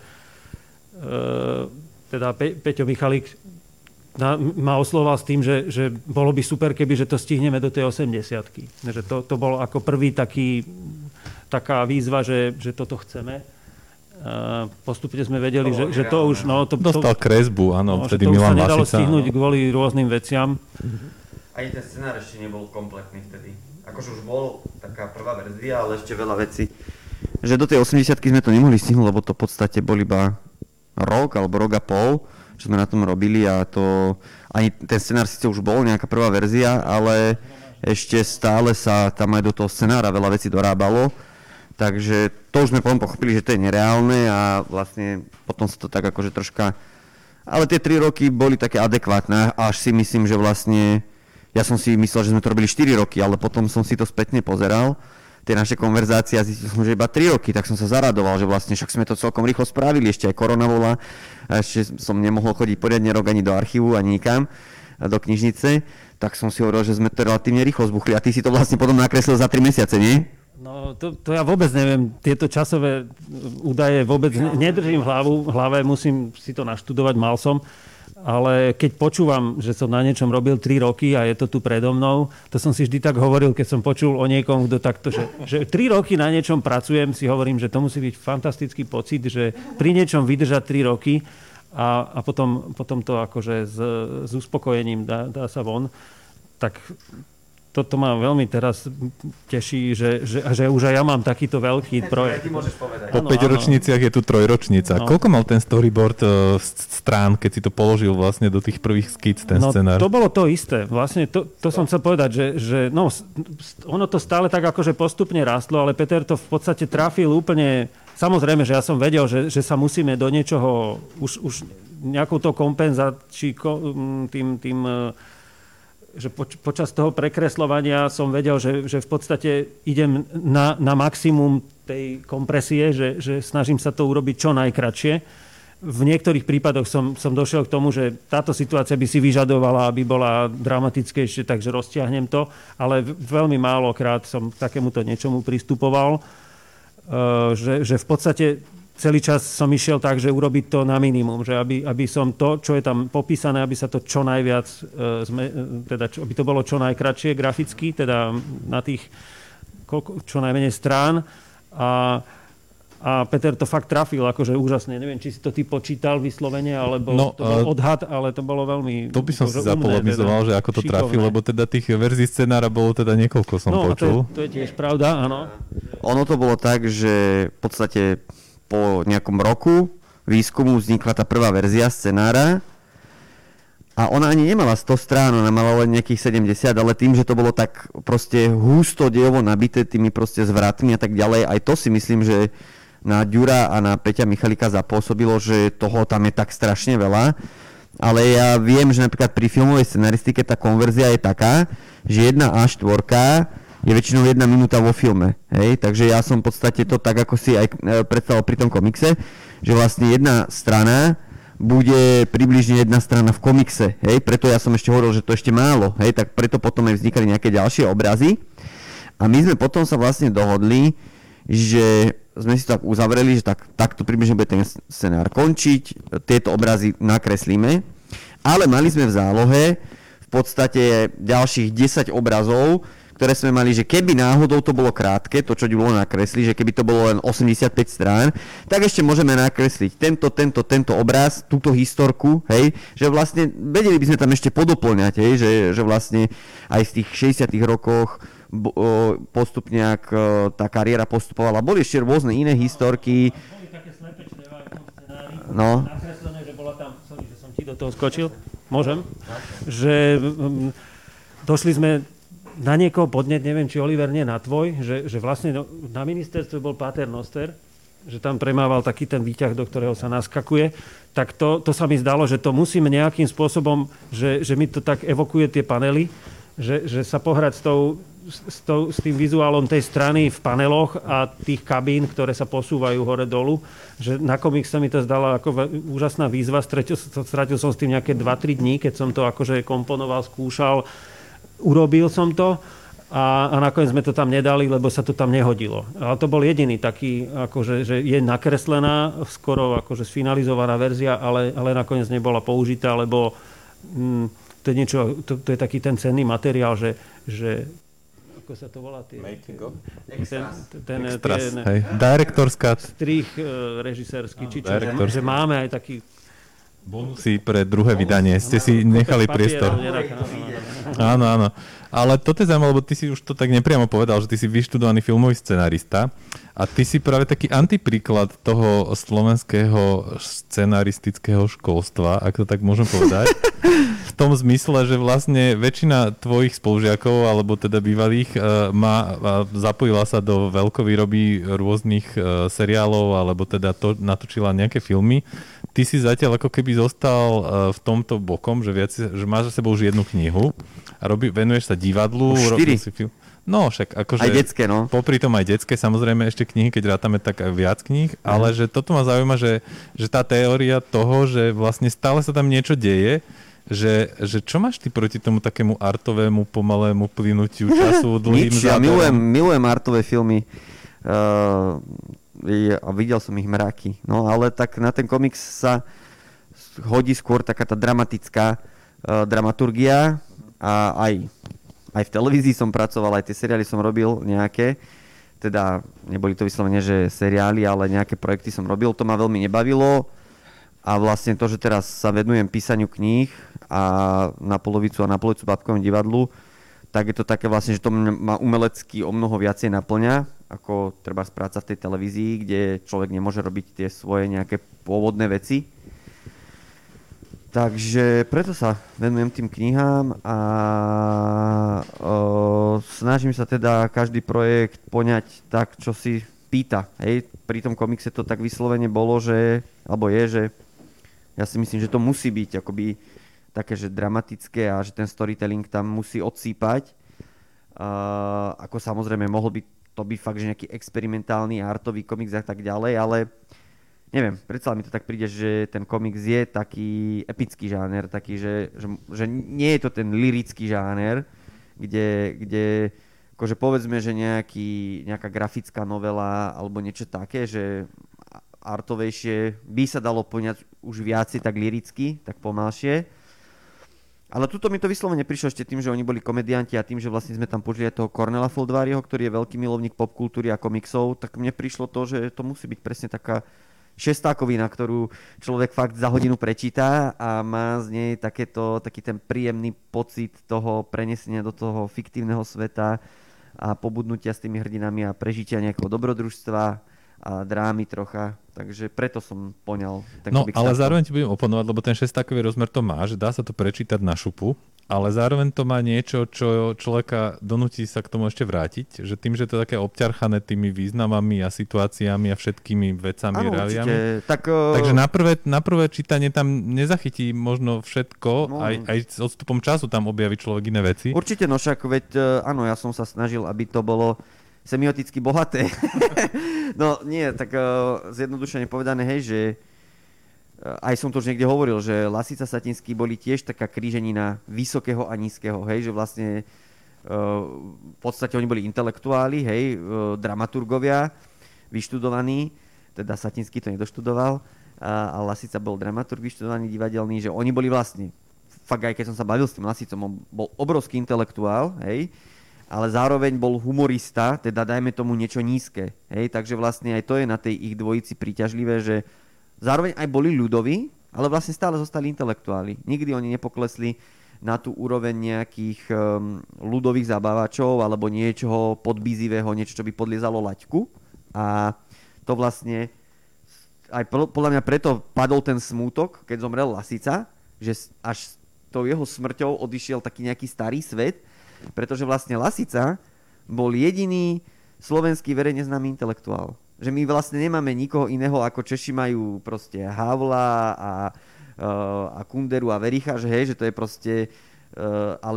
[SPEAKER 2] teda Peťo Michalík ma oslovoval s tým, že bolo by super, keby že to stihneme do tej 80-ky. Že to bol ako prvý taká výzva, že toto chceme. Postupne sme vedeli, že to už...
[SPEAKER 1] Dostal kresbu, áno, vtedy Milan Lasica. To už sa nedalo
[SPEAKER 2] stihnúť kvôli rôznym veciam.
[SPEAKER 3] Ani ten scenár ešte nebol kompletný vtedy. Akože už bol taká prvá verzia, ale ešte veľa vecí. Že do tej 80-ky sme to nemohli stihnúť, lebo to v podstate bol iba rok alebo rok a pol, čo sme na tom robili a to ani ten scenár síce už bol nejaká prvá verzia, ale ešte stále sa tam aj do toho scenára veľa vecí dorábalo, takže to už sme potom pochopili, že to je nereálne a vlastne potom sa to tak akože troška, ale tie 3 roky boli také adekvátne, až si myslím, že vlastne ja som si myslel, že sme to robili 4 roky, ale potom som si to spätne pozeral, tie naše konverzácie a zistil som, že iba 3 roky, tak som sa zaradoval, že vlastne však sme to celkom rýchlo spravili, ešte aj korona bola a ešte som nemohol chodiť poriadne rok ani do archívu, ani nikam, do knižnice, tak som si hovoril, že sme to relatívne rýchlo zbuchli a ty si to vlastne potom nakreslil za 3 mesiace, nie?
[SPEAKER 2] No, to ja vôbec neviem, tieto časové údaje vôbec nedržím v hlave, musím si to naštudovať, mal som, ale keď počúvam, že som na niečom robil 3 roky a je to tu predo mnou, to som si vždy tak hovoril, keď som počul o niekom, kto takto, že 3 roky na niečom pracujem, si hovorím, že to musí byť fantastický pocit, že pri niečom vydržať 3 roky a potom to akože s uspokojením dá sa von, tak toto ma veľmi teraz teší, že už aj ja mám takýto veľký projekt.
[SPEAKER 1] Po 5 ročniciach je tu 3-ročnica. No. Koľko mal ten storyboard strán, keď si to položil vlastne do tých prvých skic, ten scenár?
[SPEAKER 2] To bolo to isté. Vlastne to som chcel povedať, že ono to stále tak akože postupne rástlo, ale Peter to v podstate trafil úplne. Samozrejme, že ja som vedel, že sa musíme do niečoho už nejakou to kompenzácií tým že počas toho prekresľovania som vedel, že v podstate idem na maximum tej kompresie, že snažím sa to urobiť čo najkratšie. V niektorých prípadoch som došiel k tomu, že táto situácia by si vyžadovala, aby bola dramatickejšie, takže roztiahnem to, ale veľmi málokrát som k takémuto niečomu pristupoval, že v podstate celý čas som išiel tak, že urobiť to na minimum, že aby som to, čo je tam popísané, aby sa to čo najviac, aby to bolo čo najkratšie graficky, teda na tých čo najmenej strán. A Peter to fakt trafil, akože úžasne. Neviem, či si to ty počítal vyslovene, alebo to bol odhad, ale to bolo veľmi...
[SPEAKER 1] To by som si zapolemizoval, že ako to trafil, lebo teda tých verzií scenára bolo teda niekoľko som počul.
[SPEAKER 2] No, to je tiež pravda, áno.
[SPEAKER 3] Ono to bolo tak, že v podstate po nejakom roku výskumu vznikla tá prvá verzia scenára a ona ani nemala 100 strán, ona mala len nejakých 70, ale tým, že to bolo tak proste husto dejovo nabité tými proste zvratmi a tak ďalej, aj to si myslím, že na Ďura a na Peťa Michalika zapôsobilo, že toho tam je tak strašne veľa. Ale ja viem, že napríklad pri filmovej scenaristike tá konverzia je taká, že 1 A4 je väčšinou 1 minúta vo filme. Hej? Takže ja som v podstate to tak, ako si aj predstavil pri tom komikse, že vlastne 1 strana bude približne 1 strana v komikse. Hej? Preto ja som ešte hovoril, že to ešte málo. Hej? Tak preto potom aj vznikali nejaké ďalšie obrazy. A my sme potom sa vlastne dohodli, že sme si to tak uzavreli, že takto približne bude ten scenár končiť, tieto obrazy nakreslíme, ale mali sme v zálohe v podstate ďalších 10 obrazov, ktoré sme mali, že keby náhodou to bolo krátke, to čo bolo nakresliť, že keby to bolo len 85 strán, tak ešte môžeme nakresliť tento obraz, túto historku, hej, že vlastne vedeli by sme tam ešte podopĺňať, hej, že vlastne aj v tých 60 rokoch postupne, ak tá kariéra postupovala. Boli ešte rôzne iné historky.
[SPEAKER 2] Boli také slepečné v tom scenári,
[SPEAKER 3] no.
[SPEAKER 2] nakreslené, že bola tam, sorry, že som ti do toho skočil, môžem, že došli sme na niekoho podnet, neviem, či Oliver nie na tvoj, že vlastne na ministerstve bol Pater Noster, že tam premával taký ten výťah, do ktorého sa naskakuje, tak to sa mi zdalo, že to musíme nejakým spôsobom, že mi to tak evokuje tie panely, že sa pohrať s tým vizuálom tej strany v paneloch a tých kabín, ktoré sa posúvajú hore-dolu, že na komik sa mi to zdala ako úžasná výzva. Stratil som s tým nejaké 2-3 dní, keď som to akože komponoval, skúšal, urobil som to a nakoniec sme to tam nedali, lebo sa to tam nehodilo. Ale to bol jediný taký, akože, že je nakreslená, skoro akože sfinalizovaná verzia, ale nakoniec nebola použitá, lebo to je niečo, to je taký ten cenný materiál, že ako sa to volá?
[SPEAKER 1] Making of?
[SPEAKER 2] Extras,
[SPEAKER 1] hej. Director's cut.
[SPEAKER 2] Strich režisérsky, že máme aj taký
[SPEAKER 1] bonusy pre druhé vydanie. Ste si nechali priestor. Áno. Ale toto je zaujímavé, lebo ty si už to tak nepriamo povedal, že ty si vyštudovaný filmový scenarista a ty si práve taký antipríklad toho slovenského scenaristického školstva, ak to tak môžem povedať. V tom zmysle, že vlastne väčšina tvojich spolužiakov, alebo teda bývalých, zapojila sa do veľkovýroby rôznych seriálov, alebo teda natočila nejaké filmy. Ty si zatiaľ ako keby zostal v tomto bokom, že máš za sebou už jednu knihu a venuješ sa divadlu. No, však akože...
[SPEAKER 3] Aj detské, no.
[SPEAKER 1] Popri tom aj detské, samozrejme ešte knihy, keď rátame, tak aj viac kníh, ale že toto ma zaujíma, že tá teória toho, že vlastne stále sa tam niečo deje, že čo máš ty proti tomu takému artovému, pomalému plynutiu času, dlhým
[SPEAKER 3] Nič, ja milujem artové filmy. A videl som ich mraky. No ale tak na ten komiks sa hodí skôr taká tá dramatická dramaturgia a aj v televízii som pracoval, aj tie seriály som robil nejaké. Teda neboli to vyslovene, že seriály, ale nejaké projekty som robil. To ma veľmi nebavilo. A vlastne to, že teraz sa venujem písaniu kníh a na polovicu Babkovom divadlu, tak je to také vlastne, že to ma umelecky o mnoho viacej naplňa, ako treba práca v tej televízii, kde človek nemôže robiť tie svoje nejaké pôvodné veci. Takže preto sa venujem tým knihám a snažím sa teda každý projekt poňať tak, čo si pýta. Hej. Pri tom komikse to tak vyslovene bolo, že ja si myslím, že to musí byť akoby také, že dramatické a že ten storytelling tam musí odsýpať. Ako samozrejme mohol by to byť fakt, že nejaký experimentálny artový komiks a tak ďalej, ale neviem, predsa mi to tak príde, že ten komiks je taký epický žáner, taký, že nie je to ten lyrický žáner, kde akože povedzme, že nejaká grafická novela alebo niečo také, že artovejšie by sa dalo poňať už viacej tak lyricky, tak pomalšie. Ale tuto mi to vyslovene prišlo ešte tým, že oni boli komedianti a tým, že vlastne sme tam použili toho Cornela Foldváriho, ktorý je veľký milovník popkultúry a komiksov, tak mne prišlo to, že to musí byť presne taká šestákovina, ktorú človek fakt za hodinu prečíta a má z nej taký ten príjemný pocit toho prenesenia do toho fiktívneho sveta a pobudnutia s tými hrdinami a prežitia nejakého dobrodružstva a drámy trocha. Takže preto som poňal ten komiks. No,
[SPEAKER 1] ale zároveň ti budem oponovať, lebo ten šestákový rozmer to má, že dá sa to prečítať na šupu, ale zároveň to má niečo, čo človeka donúti sa k tomu ešte vrátiť, že tým, že to je také obťarchané tými významami a situáciami a všetkými vecami, reáliami. Takže na prvé čítanie tam nezachytí možno všetko, aj s odstupom času tam objaví človek iné veci.
[SPEAKER 3] Určite, no však, veď áno, ja som sa snažil, aby to bolo semioticky bohaté. No nie, tak zjednodušene povedané, hej, že aj som to už niekde hovoril, že Lasica Satinský boli tiež taká kríženina vysokého a nízkeho, hej, že vlastne v podstate oni boli intelektuáli, hej, dramaturgovia, vyštudovaní, teda Satinský to nedoštudoval, a Lasica bol dramaturg vyštudovaný, divadelný, že oni boli vlastne, fakt aj keď som sa bavil s tým Lasicom, on bol obrovský intelektuál, hej, ale zároveň bol humorista, teda dajme tomu niečo nízke. Hej? Takže vlastne aj to je na tej ich dvojici príťažlivé, že zároveň aj boli ľudoví, ale vlastne stále zostali intelektuáli. Nikdy oni nepoklesli na tú úroveň nejakých ľudových zabávačov alebo niečoho podbízivého, niečo, čo by podliezalo laťku. A to vlastne aj podľa mňa preto padol ten smútok, keď zomrel Lasica, že až s tou jeho smrťou odišiel taký nejaký starý svet, pretože vlastne Lasica bol jediný slovenský verejne známy intelektuál. Že my vlastne nemáme nikoho iného, ako Češi majú proste Havla a Kunderu a Vericha, že hej, že to je proste... ale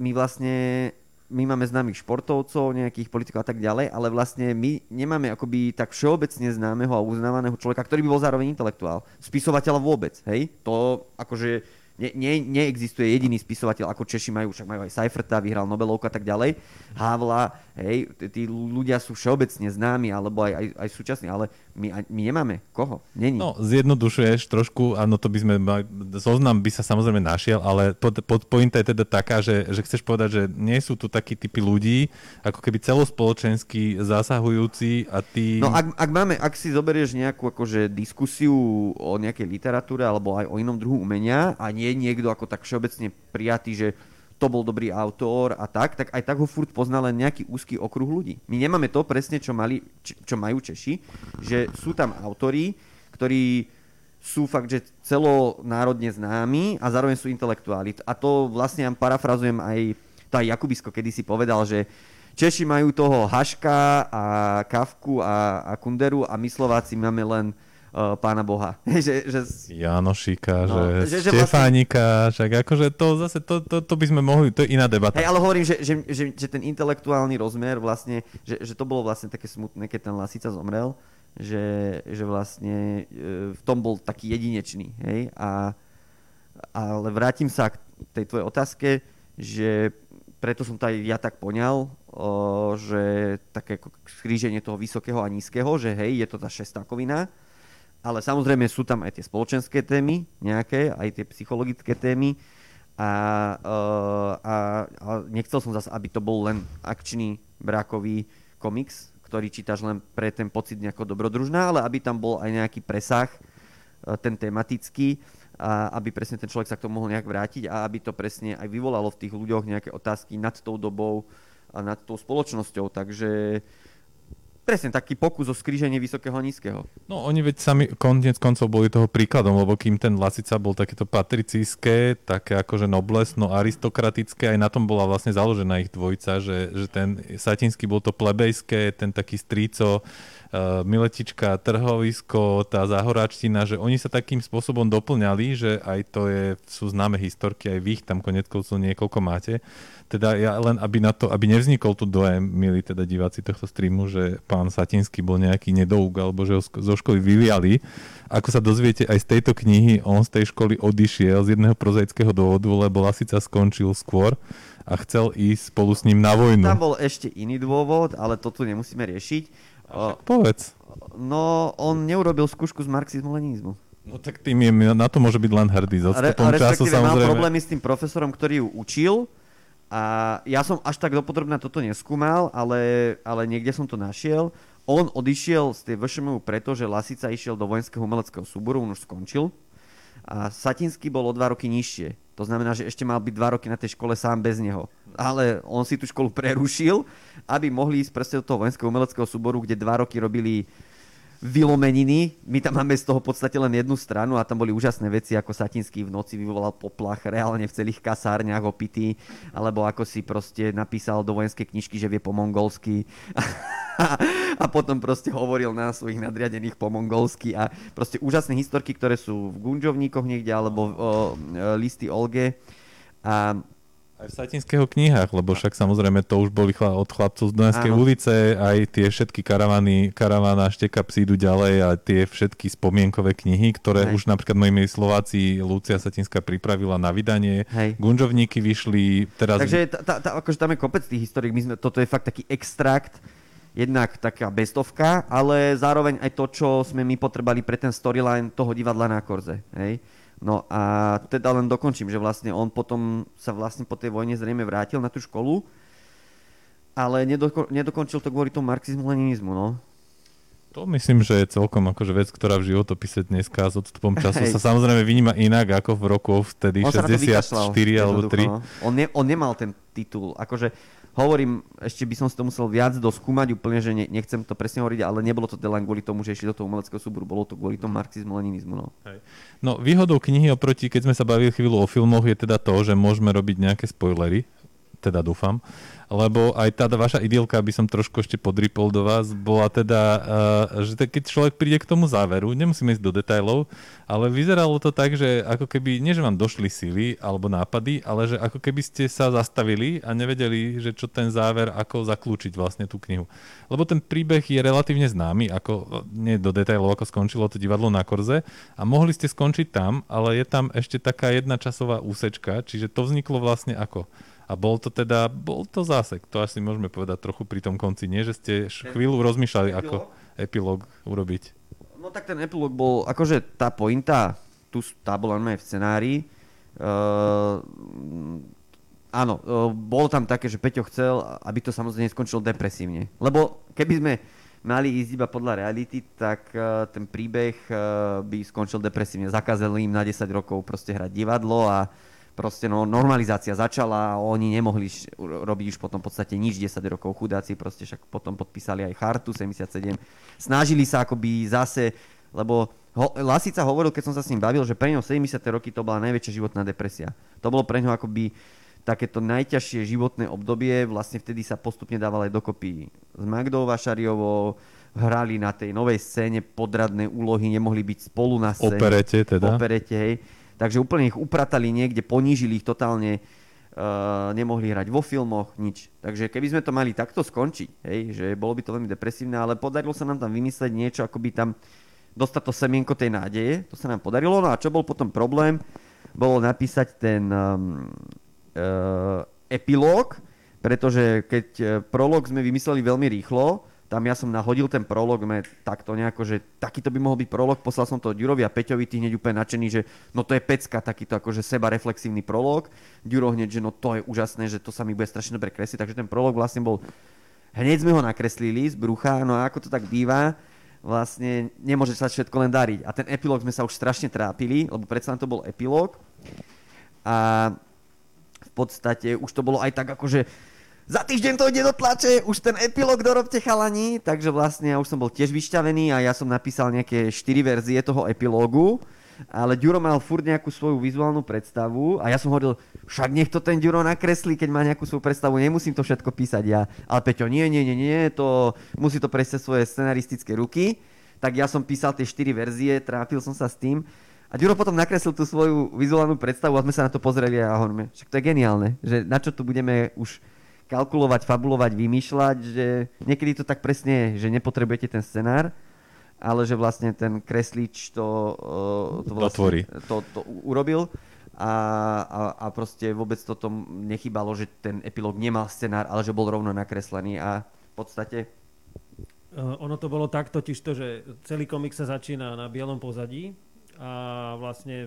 [SPEAKER 3] my máme známych športovcov, nejakých politikov a tak ďalej, ale vlastne my nemáme akoby tak všeobecne známeho a uznávaného človeka, ktorý by bol zároveň intelektuál. Spisovateľa vôbec, hej? To akože... Neexistuje jediný spisovateľ, ako Češi majú, však majú aj Seiferta, vyhral Nobelovku a tak ďalej. Havla, hej, tí ľudia sú všeobecne známi, alebo aj súčasní, ale my nemáme koho, není.
[SPEAKER 1] No, zjednodušuješ trošku, áno, to by sme, zoznam by sa samozrejme našiel, ale pointa je teda taká, že chceš povedať, že nie sú tu takí typy ľudí, ako keby celospoločensky zasahujúci a tí...
[SPEAKER 3] No, ak si zoberieš nejakú akože diskusiu o nejakej literatúre alebo aj o inom druhu umenia a nie niekto ako tak všeobecne prijatý, že to bol dobrý autor a tak aj tak ho furt pozná len nejaký úzky okruh ľudí. My nemáme to presne, čo majú Češi, že sú tam autori, ktorí sú fakt, že celonárodne známi a zároveň sú intelektuáli. A to vlastne parafrazujem aj to aj Jakubisko kedysi povedal, že Češi majú toho Haška a Kafku a Kunderu a my Slováci máme len Pána Boha.
[SPEAKER 1] Janošika, že Štefánika, však akože to zase, to by sme mohli, to je iná debata.
[SPEAKER 3] Hej, ale hovorím, že ten intelektuálny rozmer vlastne, že to bolo vlastne také smutné, keď ten Lasica zomrel, že vlastne v tom bol taký jedinečný, hej, ale vrátim sa k tej tvojej otázke, že preto som to aj ja tak poňal, že také skríženie toho vysokého a nízkeho, že hej, je to tá šestákovina, ale samozrejme sú tam aj tie spoločenské témy nejaké, aj tie psychologické témy a nechcel som zase, aby to bol len akčný brakový komiks, ktorý čítaš len pre ten pocit nejako dobrodružná, ale aby tam bol aj nejaký presah, ten tematický, a aby presne ten človek sa k tomu mohol nejak vrátiť a aby to presne aj vyvolalo v tých ľuďoch nejaké otázky nad tou dobou a nad tou spoločnosťou. Takže presne taký pokus o skríženie vysokého a nízkeho.
[SPEAKER 1] No oni veď sami koniec koncov boli toho príkladom, lebo kým ten Lasica bol takéto patricijské, také akože noblesno aristokratické, aj na tom bola vlastne založená ich dvojica, že ten Satinský bol to plebejské, ten taký strýco, Miletička, trhovisko, tá záhoráčtina, že oni sa takým spôsobom doplňali, že aj to sú známe historky, aj vy ich tam konec koncov niekoľko máte. Teda ja len, aby nevznikol tu dojem, milí teda diváci tohto streamu, že pán Satinský bol nejaký nedouk, alebo že ho zo školy vyliali. Ako sa dozviete aj z tejto knihy, on z tej školy odišiel z jedného prozaického dôvodu, lebo Lasica skončil skôr a chcel ísť spolu s ním na vojnu.
[SPEAKER 3] Tam bol ešte iný dôvod, ale to tu nemusíme riešiť.
[SPEAKER 1] Povedz.
[SPEAKER 3] No, on neurobil skúšku z marxizmu-leninizmu.
[SPEAKER 1] No tak tým na to môže byť len hrdý. Z odstupom času samozrejme.
[SPEAKER 3] Mal problémy s tým profesorom, ktorý ju učil. A ja som až tak dopodrobne toto neskúmal, ale niekde som to našiel. On odišiel z tej VŠMU preto, že Lasica išiel do vojenského umeleckého súboru, on už skončil. A Satinský bol o 2 roky nižšie. To znamená, že ešte mal byť 2 roky na tej škole sám bez neho. Ale on si tú školu prerušil, aby mohli ísť presne do toho vojenského umeleckého súboru, kde 2 roky robili vylomeniny. My tam máme z toho v podstate len jednu stranu a tam boli úžasné veci, ako Satinský v noci vyvolal poplach reálne v celých kasárniach opitý, alebo ako si proste napísal do vojenskej knižky, že vie po mongolsky a potom proste hovoril na svojich nadriadených po mongolsky a proste úžasné historky, ktoré sú v Gunžovníkoch niekde alebo listy Olge a
[SPEAKER 1] aj v Satinského knihách, lebo však samozrejme to už boli od chlapcov z Dunajskej ulice, aj tie všetky karavána Šteka psi idú ďalej a tie všetky spomienkové knihy, ktoré už napríklad moji milí Slováci Lucia Satinská pripravila na vydanie. Gunžovníky vyšli teraz.
[SPEAKER 3] Takže akože tam je kopec tých historiek, toto je fakt taký extrakt, jednak taká bestovka, ale zároveň aj to, čo sme my potrebali pre ten storyline toho divadla na Korze, hej. No a teda len dokončím, že vlastne on potom sa vlastne po tej vojne zrejme vrátil na tú školu, ale nedokončil to kvôli tomu marxizmu-leninizmu, no.
[SPEAKER 1] To myslím, že je celkom akože vec, ktorá v životopise dneska s odstupom času sa samozrejme vyníma inak ako v rokoch vtedy 64 alebo 3.
[SPEAKER 3] No. On nemal ten titul, akože hovorím, ešte by som si to musel viac doskúmať úplne, že nechcem to presne hovoriť, ale nebolo to len kvôli tomu, že išli do toho umeleckého súboru, bolo to kvôli tomu marxizmu-leninizmu. No.
[SPEAKER 1] No výhodou knihy oproti, keď sme sa bavili chvíľu o filmoch, je teda to, že môžeme robiť nejaké spoilery, teda dúfam, lebo aj tá vaša idylka, by som trošku ešte podripol do vás, bola teda, že keď človek príde k tomu záveru, nemusíme ísť do detailov, ale vyzeralo to tak, že ako keby, nie že vám došli sily alebo nápady, ale že ako keby ste sa zastavili a nevedeli, že čo ten záver, ako zaklúčiť vlastne tú knihu. Lebo ten príbeh je relatívne známy, ako nie do detailov, ako skončilo to divadlo na Korze a mohli ste skončiť tam, ale je tam ešte taká jedna časová úsečka, čiže to vzniklo vlastne ako? A bol to zásek, to asi môžeme povedať trochu pri tom konci, nie? Že ste chvíľu rozmýšľali, ako epilóg urobiť.
[SPEAKER 3] No tak ten epilóg bol, akože tá pointa, tá bola v scenári. Áno, bolo tam také, že Peťo chcel, aby to samozrejme skončilo depresívne. Lebo keby sme mali ísť iba podľa reality, tak ten príbeh by skončil depresívne. Zakázali im na 10 rokov proste hrať divadlo a proste normalizácia začala a oni nemohli robiť už potom v podstate nič 10 rokov, chudáci proste však potom podpísali aj chartu 77. Snažili sa akoby zase, lebo Lasica hovoril, keď som sa s ním bavil, že pre neho 70. roky to bola najväčšia životná depresia. To bolo pre neho akoby takéto najťažšie životné obdobie, vlastne vtedy sa postupne dával aj dokopy s Magdou Vašariovou, hrali na tej novej scéne podradné úlohy, nemohli byť spolu na scéne. Operete, hej. Takže úplne ich upratali niekde, ponížili ich totálne, nemohli hrať vo filmoch, nič. Takže keby sme to mali takto skončiť, hej, že bolo by to veľmi depresívne, ale podarilo sa nám tam vymysleť niečo, ako by tam dostať to semienko tej nádeje, to sa nám podarilo. No a čo bol potom problém, bolo napísať ten epilóg, pretože keď prolog sme vymysleli veľmi rýchlo, tam ja som nahodil ten prolog, takto nejako, že takýto by mohol byť prolog, poslal som to Ďurovi a Peťovi, tí hneď úplne nadšení, že no to je pecka, takýto akože sebareflexívny prolog. Ďuro hneď, že no to je úžasné, že to sa mi bude strašne dobre kresliť, takže ten prolog vlastne bol, hneď sme ho nakreslili z brucha, no a ako to tak býva, vlastne nemôže sa všetko len dariť. A ten epilóg sme sa už strašne trápili, lebo predsa to bol epilóg a v podstate už to bolo aj tak akože za týždeň to ide do tlače, už ten epilóg dorobte chalani, takže vlastne ja už som bol tiež vyšťavený a ja som napísal nejaké 4 verzie toho epilógu, ale Ďuro mal furt nejakú svoju vizuálnu predstavu a ja som hovoril, však nech to ten Ďuro nakreslí, keď má nejakú svoju predstavu, nemusím to všetko písať ja. Ale Peťo, nie, to musí to prejsť cez svoje scenaristické ruky, tak ja som písal tie 4 verzie, trápil som sa s tým. A Ďuro potom nakreslil tú svoju vizuálnu predstavu a sme sa na to pozreli a hovoríme, však to je geniálne, že na čo tu budeme už kalkulovať, fabulovať, vymýšľať, že niekedy to tak presne je, že nepotrebujete ten scenár, ale že vlastne ten kreslič to vlastne to urobil a proste vôbec toto nechybalo, že ten epilóg nemal scenár, ale že bol rovno nakreslený a v podstate...
[SPEAKER 2] Ono to bolo tak totižto, že celý komik sa začína na bielom pozadí a vlastne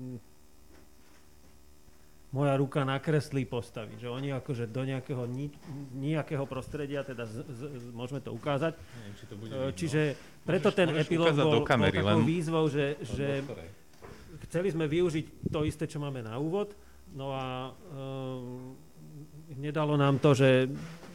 [SPEAKER 2] moja ruka nakreslí postavy, že oni akože do nejakého prostredia, teda môžeme to ukázať.
[SPEAKER 1] Neviem, či to bude
[SPEAKER 2] čiže preto ten epilóg bol takou výzvou, že chceli sme využiť to isté, čo máme na úvod, no a nedalo nám to, že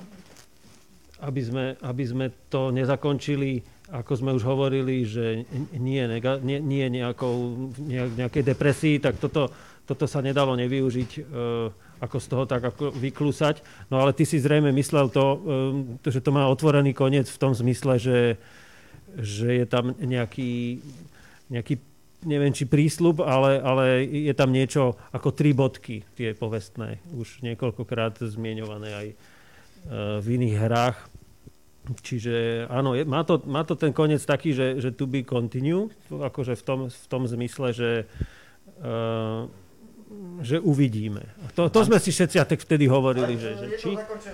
[SPEAKER 2] aby sme to nezakončili, ako sme už hovorili, že nie nejakej depresii, tak toto sa nedalo nevyužiť, ako z toho tak ako vyklúsať. No ale ty si zrejme myslel že to má otvorený koniec v tom zmysle, že je tam nejaký neviem, či prísľub, ale je tam niečo ako 3 bodky, tie povestné, už niekoľkokrát zmieňované aj v iných hrách. Čiže áno, má to ten koniec taký, že to be continue, akože v tom zmysle, že uvidíme. To sme si všetci tak vtedy hovorili, že či...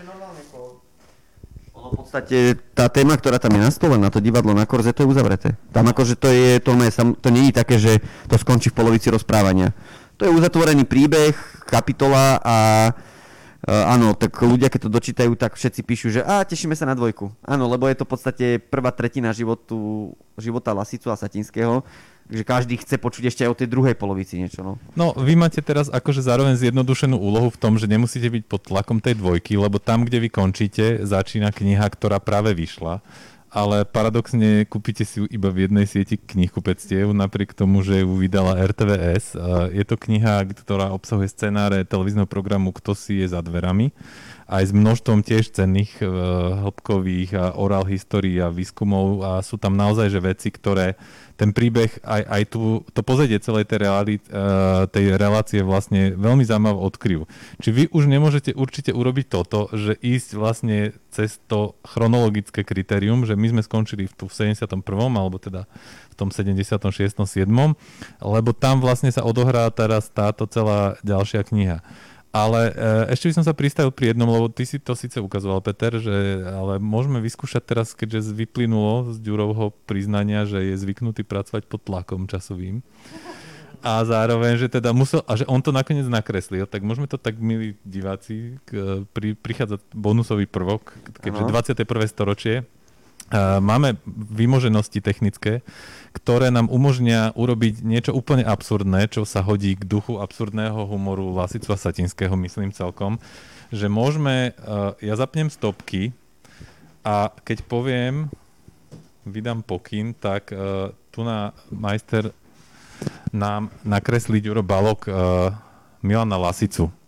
[SPEAKER 3] Ono v podstate tá téma, ktorá tam je na stole, na to divadlo na Korze, to je uzavreté. Tam akože to nie je také, že to skončí v polovici rozprávania. To je uzatvorený príbeh, kapitola a áno, tak ľudia, keď to dočítajú, tak všetci píšu, že tešíme sa na 2. Áno, lebo je to v podstate prvá tretina života Lasicu a Satinského, že každý chce počuť ešte aj o tej druhej polovici niečo.
[SPEAKER 1] No, vy máte teraz akože zároveň zjednodušenú úlohu v tom, že nemusíte byť pod tlakom tej 2, lebo tam, kde vy končíte, začína kniha, ktorá práve vyšla. Ale paradoxne kúpite si ju iba v jednej sieti knihkupectiev, napriek tomu, že ju vydala RTVS. Je to kniha, ktorá obsahuje scenáre televízneho programu Kto si je za dverami, aj s množstvom tiež cenných hĺbkových a oral histórií a výskumov a sú tam naozaj že veci, ktoré ten príbeh aj to pozadie celej tej relácie vlastne veľmi zaujímaво odkryjú. Či vy už nemôžete určite urobiť toto, že ísť vlastne cez to chronologické kritérium, že my sme skončili v 71. alebo teda v tom 76. 7. lebo tam vlastne sa odohrá teraz táto celá ďalšia kniha. Ale ešte by som sa pristavil pri jednom, lebo ty si to síce ukazoval, Peter, ale môžeme vyskúšať teraz, keďže vyplynulo z Ďurovho priznania, že je zvyknutý pracovať pod tlakom časovým. A zároveň, že teda že on to nakoniec nakreslil, tak môžeme to tak, milí diváci, prichádza bonusový prvok, keďže 21. storočie. Máme vymoženosti technické, ktoré nám umožnia urobiť niečo úplne absurdné, čo sa hodí k duchu absurdného humoru Lasicu a Satinského, myslím celkom, že môžeme, ja zapnem stopky a keď poviem, vydám pokyn, tak tu na majster nám nakreslí Ďuro Balog Milana Lasicu.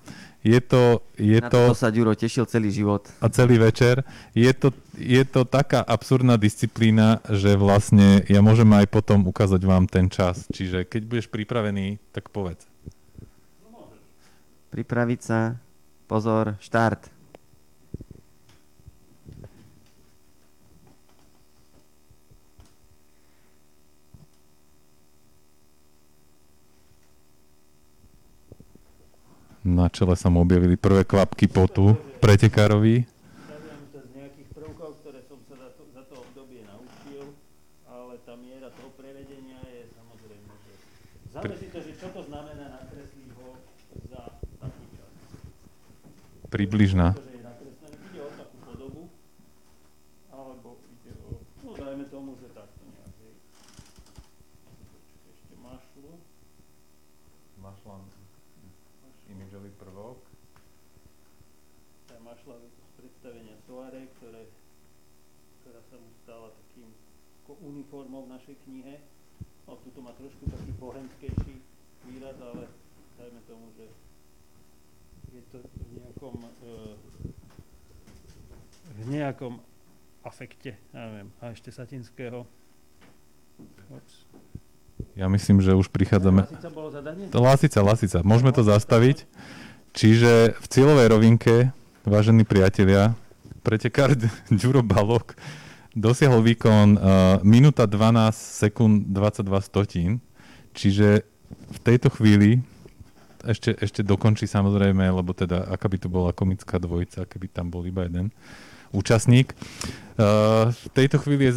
[SPEAKER 3] Na to sa Ďuro tešil celý život.
[SPEAKER 1] A celý večer. Je to taká absurdná disciplína, že vlastne ja môžem aj potom ukázať vám ten čas. Čiže keď budeš pripravený, tak povedz.
[SPEAKER 3] Pripraviť sa. Pozor, štart.
[SPEAKER 1] Na čele sa mu objavili prvé kvapky potu pretekárovi.
[SPEAKER 2] Staviam to z nejakých prvkov, ktoré som sa za to obdobie naučil, ale tá miera toho prevedenia je samozrejme, že záleží to, že čo to znamená nakresliť ho za taký čas.
[SPEAKER 1] Približná.
[SPEAKER 2] Pretože je nakreslený, ide o takú podobu, alebo ide o, no dajme tomu, že takto nejak, hej. Ešte mašlu.
[SPEAKER 1] Mašla imidžový prvok.
[SPEAKER 2] Tá mašla z predstavenia Soare, ktorá sa mu stala takým uniformou v našej knihe. No, tuto má trošku taký bohemskejší výraz, ale dajme tomu, že je to v nejakom afekte, ja neviem, a ešte satinského. Ups.
[SPEAKER 1] Ja myslím, že už prichádzame...
[SPEAKER 2] Lasica bolo zadanie?
[SPEAKER 1] Lasica. Môžeme to zastaviť. Čiže v cieľovej rovinke, vážení priatelia, pretekár Ďuro Balog dosiahol výkon minúta 12 sekúnd 22 stotín. Čiže v tejto chvíli ešte dokončí samozrejme, lebo teda aká by to bola komická dvojica, keby tam bol iba jeden účastník. V tejto chvíli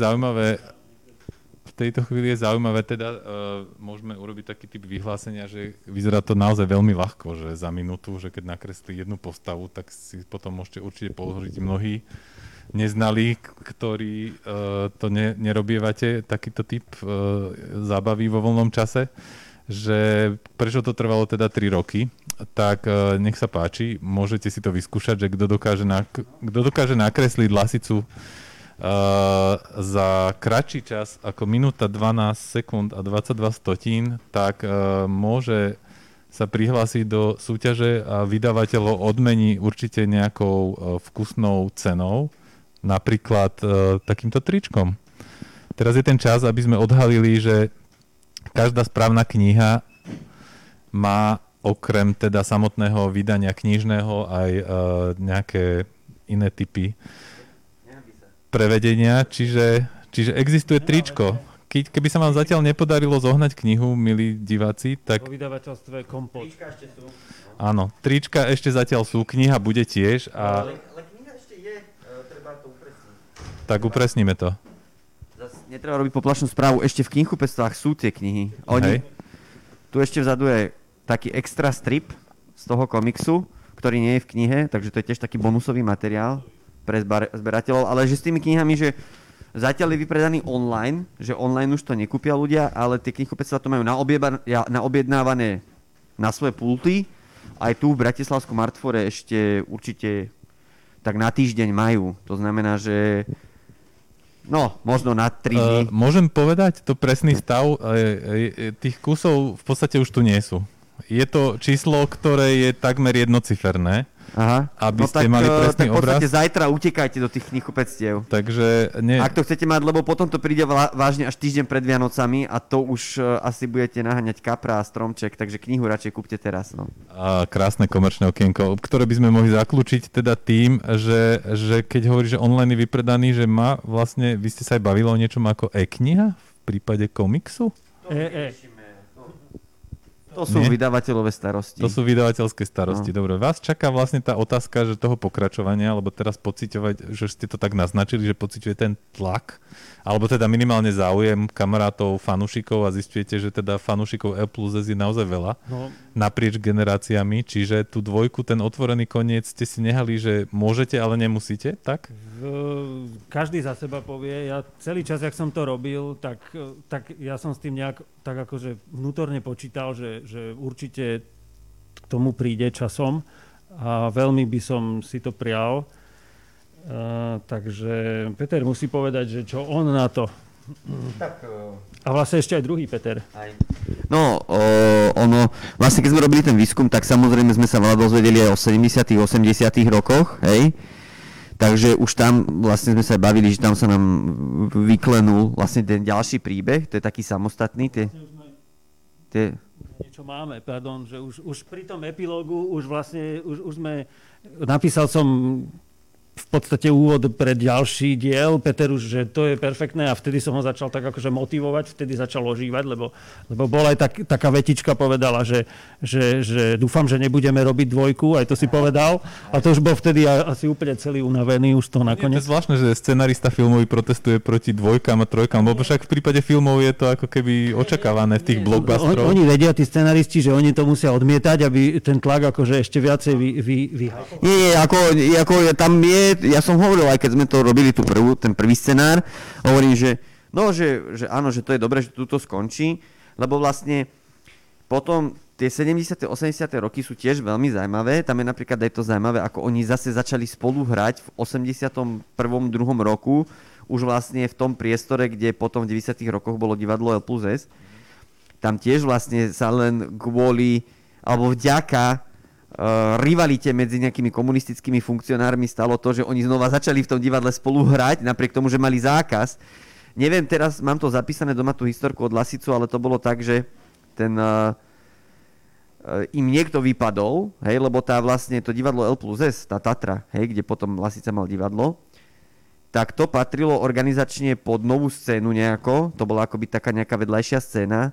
[SPEAKER 1] je zaujímavé, teda môžeme urobiť taký typ vyhlásenia, že vyzerá to naozaj veľmi ľahko, že za minútu, že keď nakreslí jednu postavu, tak si potom môžete určite položiť mnohí neznalí, ktorí to nerobievate, takýto typ zábavy vo voľnom čase, že prečo to trvalo teda 3 roky, tak nech sa páči, môžete si to vyskúšať, že kto dokáže nakresliť lasicu za kratší čas ako minúta 12 sekúnd a 22 stotín, tak môže sa prihlásiť do súťaže a vydavateľ odmení určite nejakou vkusnou cenou, napríklad takýmto tričkom. Teraz je ten čas, aby sme odhalili, že každá správna kniha má okrem teda samotného vydania knižného aj nejaké iné typy prevedenia, čiže existuje tričko. Keby sa vám zatiaľ nepodarilo zohnať knihu, milí diváci, tak...
[SPEAKER 2] Vo vydavateľstve Kompot.
[SPEAKER 3] Trička ešte sú.
[SPEAKER 1] Áno, trička ešte zatiaľ sú, kniha bude tiež a...
[SPEAKER 3] Ale kniha ešte je, treba to upresniť.
[SPEAKER 1] Tak upresníme to.
[SPEAKER 3] Zas netreba robiť poplašnú správu, ešte v knihkupectvách sú tie knihy. Tu ešte vzadu je taký extra strip z toho komiksu, ktorý nie je v knihe, takže to je tiež taký bonusový materiál pre zberateľov, ale že s tými knihami, že zatiaľ je vypredaný online, že online už to nekúpia ľudia, ale tie knihkupectvá to majú naobjednávané na svoje pulty. Aj tu v Bratislavskom Artfore ešte určite tak na týždeň majú. To znamená, že možno na 3 dní.
[SPEAKER 1] Môžem povedať to presný stav? Tých kusov v podstate už tu nie sú. Je to číslo, ktoré je takmer jednociferné.
[SPEAKER 3] Aha.
[SPEAKER 1] Aby ste mali presný obraz.
[SPEAKER 3] Tak v podstate zajtra utekajte do tých knihkupectiev.
[SPEAKER 1] Takže nie.
[SPEAKER 3] Ak to chcete mať, lebo potom to príde vážne až týždeň pred Vianocami a to už asi budete naháňať kapra a stromček, takže knihu radšej kúpte teraz. No.
[SPEAKER 1] A krásne komerčné okienko, ktoré by sme mohli zaklúčiť teda tým, že keď hovorí, že online je vypredaný, že má vlastne, vy ste sa aj bavili o niečom ako e-kniha v prípade komiksu?
[SPEAKER 3] To sú vydavateľové starosti.
[SPEAKER 1] To sú vydavateľské starosti. No. Dobre, vás čaká vlastne tá otázka, že toho pokračovania, alebo teraz pociťovať, že ste to tak naznačili, že pociťuje ten tlak, alebo teda minimálne záujem kamarátov, fanúšikov a zistujete, že teda fanúšikov E+S je naozaj veľa naprieč generáciami, čiže tú dvojku, ten otvorený koniec ste si nehali, že môžete, ale nemusíte, tak?
[SPEAKER 2] Každý za seba povie. Ja celý čas, jak som to robil, tak ja som s tým nejak tak akože vnútorne počítal, že určite k tomu príde časom a veľmi by som si to prial. Takže Peter musí povedať, že čo on na to. A vlastne ešte aj druhý Peter.
[SPEAKER 3] No, ono, vlastne keď sme robili ten výskum, tak samozrejme sme sa veľa dozvedeli aj o 70 80 rokoch, hej. Takže už tam vlastne sme sa bavili, že tam sa nám vyklenul vlastne ten ďalší príbeh, to je taký samostatný.
[SPEAKER 2] Niečo máme, pardon, že už pri tom epilógu už vlastne, už sme, napísal som v podstate úvod pre ďalší diel, Peter už, že to je perfektné a vtedy som ho začal tak akože motivovať, vtedy začal ožívať, lebo bola aj taká vetička povedala, že dúfam, že nebudeme robiť dvojku, aj to si povedal a to už bol vtedy asi úplne celý unavený už to nakoniec.
[SPEAKER 1] Je to zvláštne, že scenarista filmový protestuje proti dvojkám a trojkám, lebo však v prípade filmov je to ako keby očakávané v tých blockbusterov.
[SPEAKER 2] Oni vedia, tí scenaristi, že oni to musia odmietať, aby ten tlak akože ešte viacej
[SPEAKER 3] Nie, ako tam je. Ja som hovoril, aj keď sme to robili ten prvý scenár, hovorím, že áno, že to je dobré, že to skončí, lebo vlastne potom tie 70. 80. roky sú tiež veľmi zaujímavé. Tam je napríklad aj to zaujímavé, ako oni zase začali spolu hrať v 81. 2. roku, už vlastne v tom priestore, kde potom v 90. rokoch bolo divadlo L+S. Tam tiež vlastne sa len kvôli, alebo vďaka rivalite medzi nejakými komunistickými funkcionármi stalo to, že oni znova začali v tom divadle spolu hrať, napriek tomu, že mali zákaz. Neviem, teraz mám to zapísané doma tú historku od Lasicu, ale to bolo tak, že im niekto vypadol, hej, lebo vlastne to divadlo L+S, tá Tatra, hej, kde potom Lasica mal divadlo, tak to patrilo organizačne pod novú scénu nejako, to bola akoby taká nejaká vedľajšia scéna,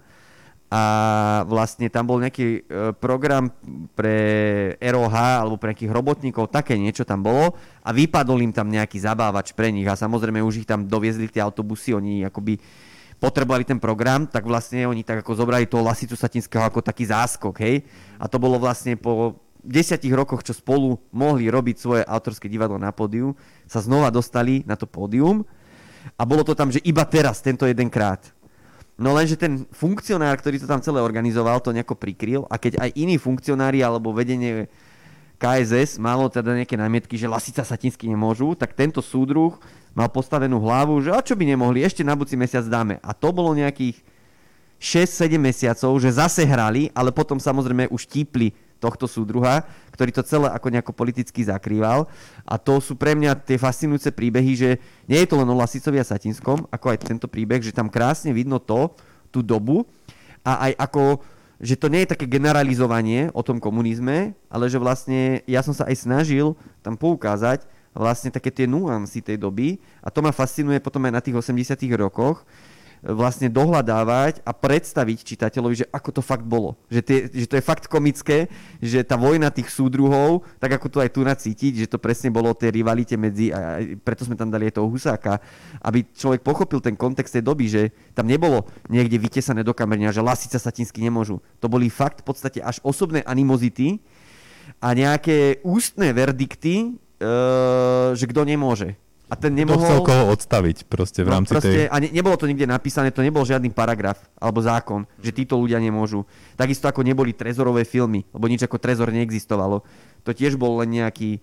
[SPEAKER 3] a vlastne tam bol nejaký program pre ROH alebo pre nejakých robotníkov, také niečo tam bolo a vypadol im tam nejaký zabávač pre nich a samozrejme už ich tam doviezli tie autobusy, oni akoby potrebovali ten program, tak vlastne oni tak ako zobrali toho Lasicu Satinského ako taký záskok, hej. A to bolo vlastne po 10 rokoch, čo spolu mohli robiť svoje autorské divadlo na pódiu, sa znova dostali na to pódium a bolo to tam, že iba teraz, tento jedenkrát. No lenže ten funkcionár, ktorý to tam celé organizoval, to nejako prikryl a keď aj iní funkcionári alebo vedenie KSS malo teda nejaké námietky, že Lasica Satinský nemôžu, tak tento súdruh mal postavenú hlavu, že a čo by nemohli, ešte na budúci mesiac dáme. A to bolo nejakých 6-7 mesiacov, že zase hrali, ale potom samozrejme už típli tohto súdruha, ktorý to celé ako nejako politicky zakrýval. A to sú pre mňa tie fascinujúce príbehy, že nie je to len o Lasicovi a Satinskom, ako aj tento príbeh, že tam krásne vidno tú dobu a aj ako, že to nie je také generalizovanie o tom komunizme, ale že vlastne ja som sa aj snažil tam poukázať vlastne také tie nuancy tej doby a to ma fascinuje potom aj na tých 80 rokoch, vlastne dohľadávať a predstaviť čitateľovi, že ako to fakt bolo. Že to je fakt komické, že tá vojna tých súdruhov, tak ako to aj tu nacítiť, že to presne bolo o tej rivalite medzi, a preto sme tam dali aj toho Husáka, aby človek pochopil ten kontext tej doby, že tam nebolo niekde vytesané do kamerňa, že Lasica Satinský nemôžu. To boli fakt v podstate až osobné animozity a nejaké ústne verdikty, že kto nemôže. A ten nemohol...
[SPEAKER 1] To chcel koho odstaviť proste v rámci tej...
[SPEAKER 3] A nebolo to nikde napísané, to nebol žiadny paragraf alebo zákon, že títo ľudia nemôžu. Takisto ako neboli trezorové filmy, lebo nič ako trezor neexistovalo. To tiež bol len nejaký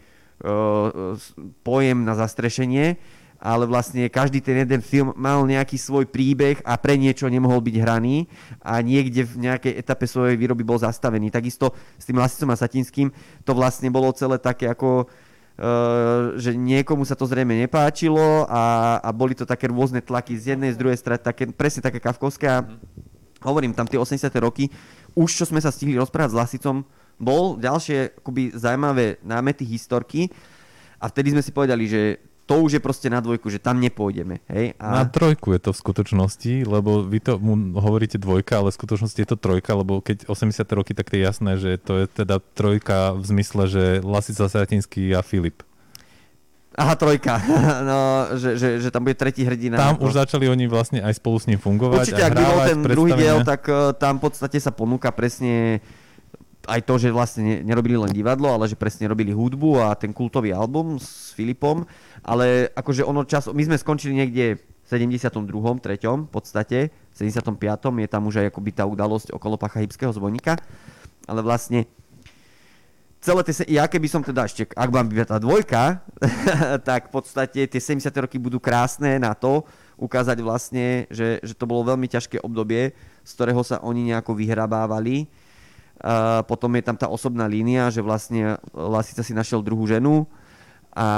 [SPEAKER 3] pojem na zastrešenie, ale vlastne každý ten jeden film mal nejaký svoj príbeh a pre niečo nemohol byť hraný a niekde v nejakej etape svojej výroby bol zastavený. Takisto s tým Lasicom a Satinským to vlastne bolo celé také ako... že niekomu sa to zrejme nepáčilo a boli to také rôzne tlaky z jednej, z druhej strany, presne také kafkovské a hovorím, tam tie 80. roky, už čo sme sa stihli rozprávať s Lasicom, bol ďalšie akoby zaujímavé námety, historky a vtedy sme si povedali, že to už je proste na dvojku, že tam nepôjdeme. Hej?
[SPEAKER 1] Na trojku je to v skutočnosti, lebo vy to hovoríte dvojka, ale v skutočnosti je to trojka, lebo keď 80. roky, tak to je jasné, že to je teda trojka v zmysle, že Lasica Satinský a Filip.
[SPEAKER 3] Aha, trojka. No, že tam bude tretí hrdina.
[SPEAKER 1] Tam už začali oni vlastne aj spolu s ním fungovať.
[SPEAKER 3] Určite, ak by bol ten druhý diel, tak tam v podstate sa ponúka presne aj to, že vlastne nerobili len divadlo, ale že presne robili hudbu a ten kultový album s Filipom. Ale akože my sme skončili niekde v 72. 3. v podstate. V 75. je tam už aj akoby tá udalosť okolo Pacha Hybského zvonníka. Ale vlastne celé ja keby som teda ešte, ak mám byť tá dvojka, tak v podstate tie 70. roky budú krásne na to, ukázať vlastne, že to bolo veľmi ťažké obdobie, z ktorého sa oni nejako vyhrabávali. Potom je tam tá osobná línia, že vlastne Lasica si našiel druhú ženu a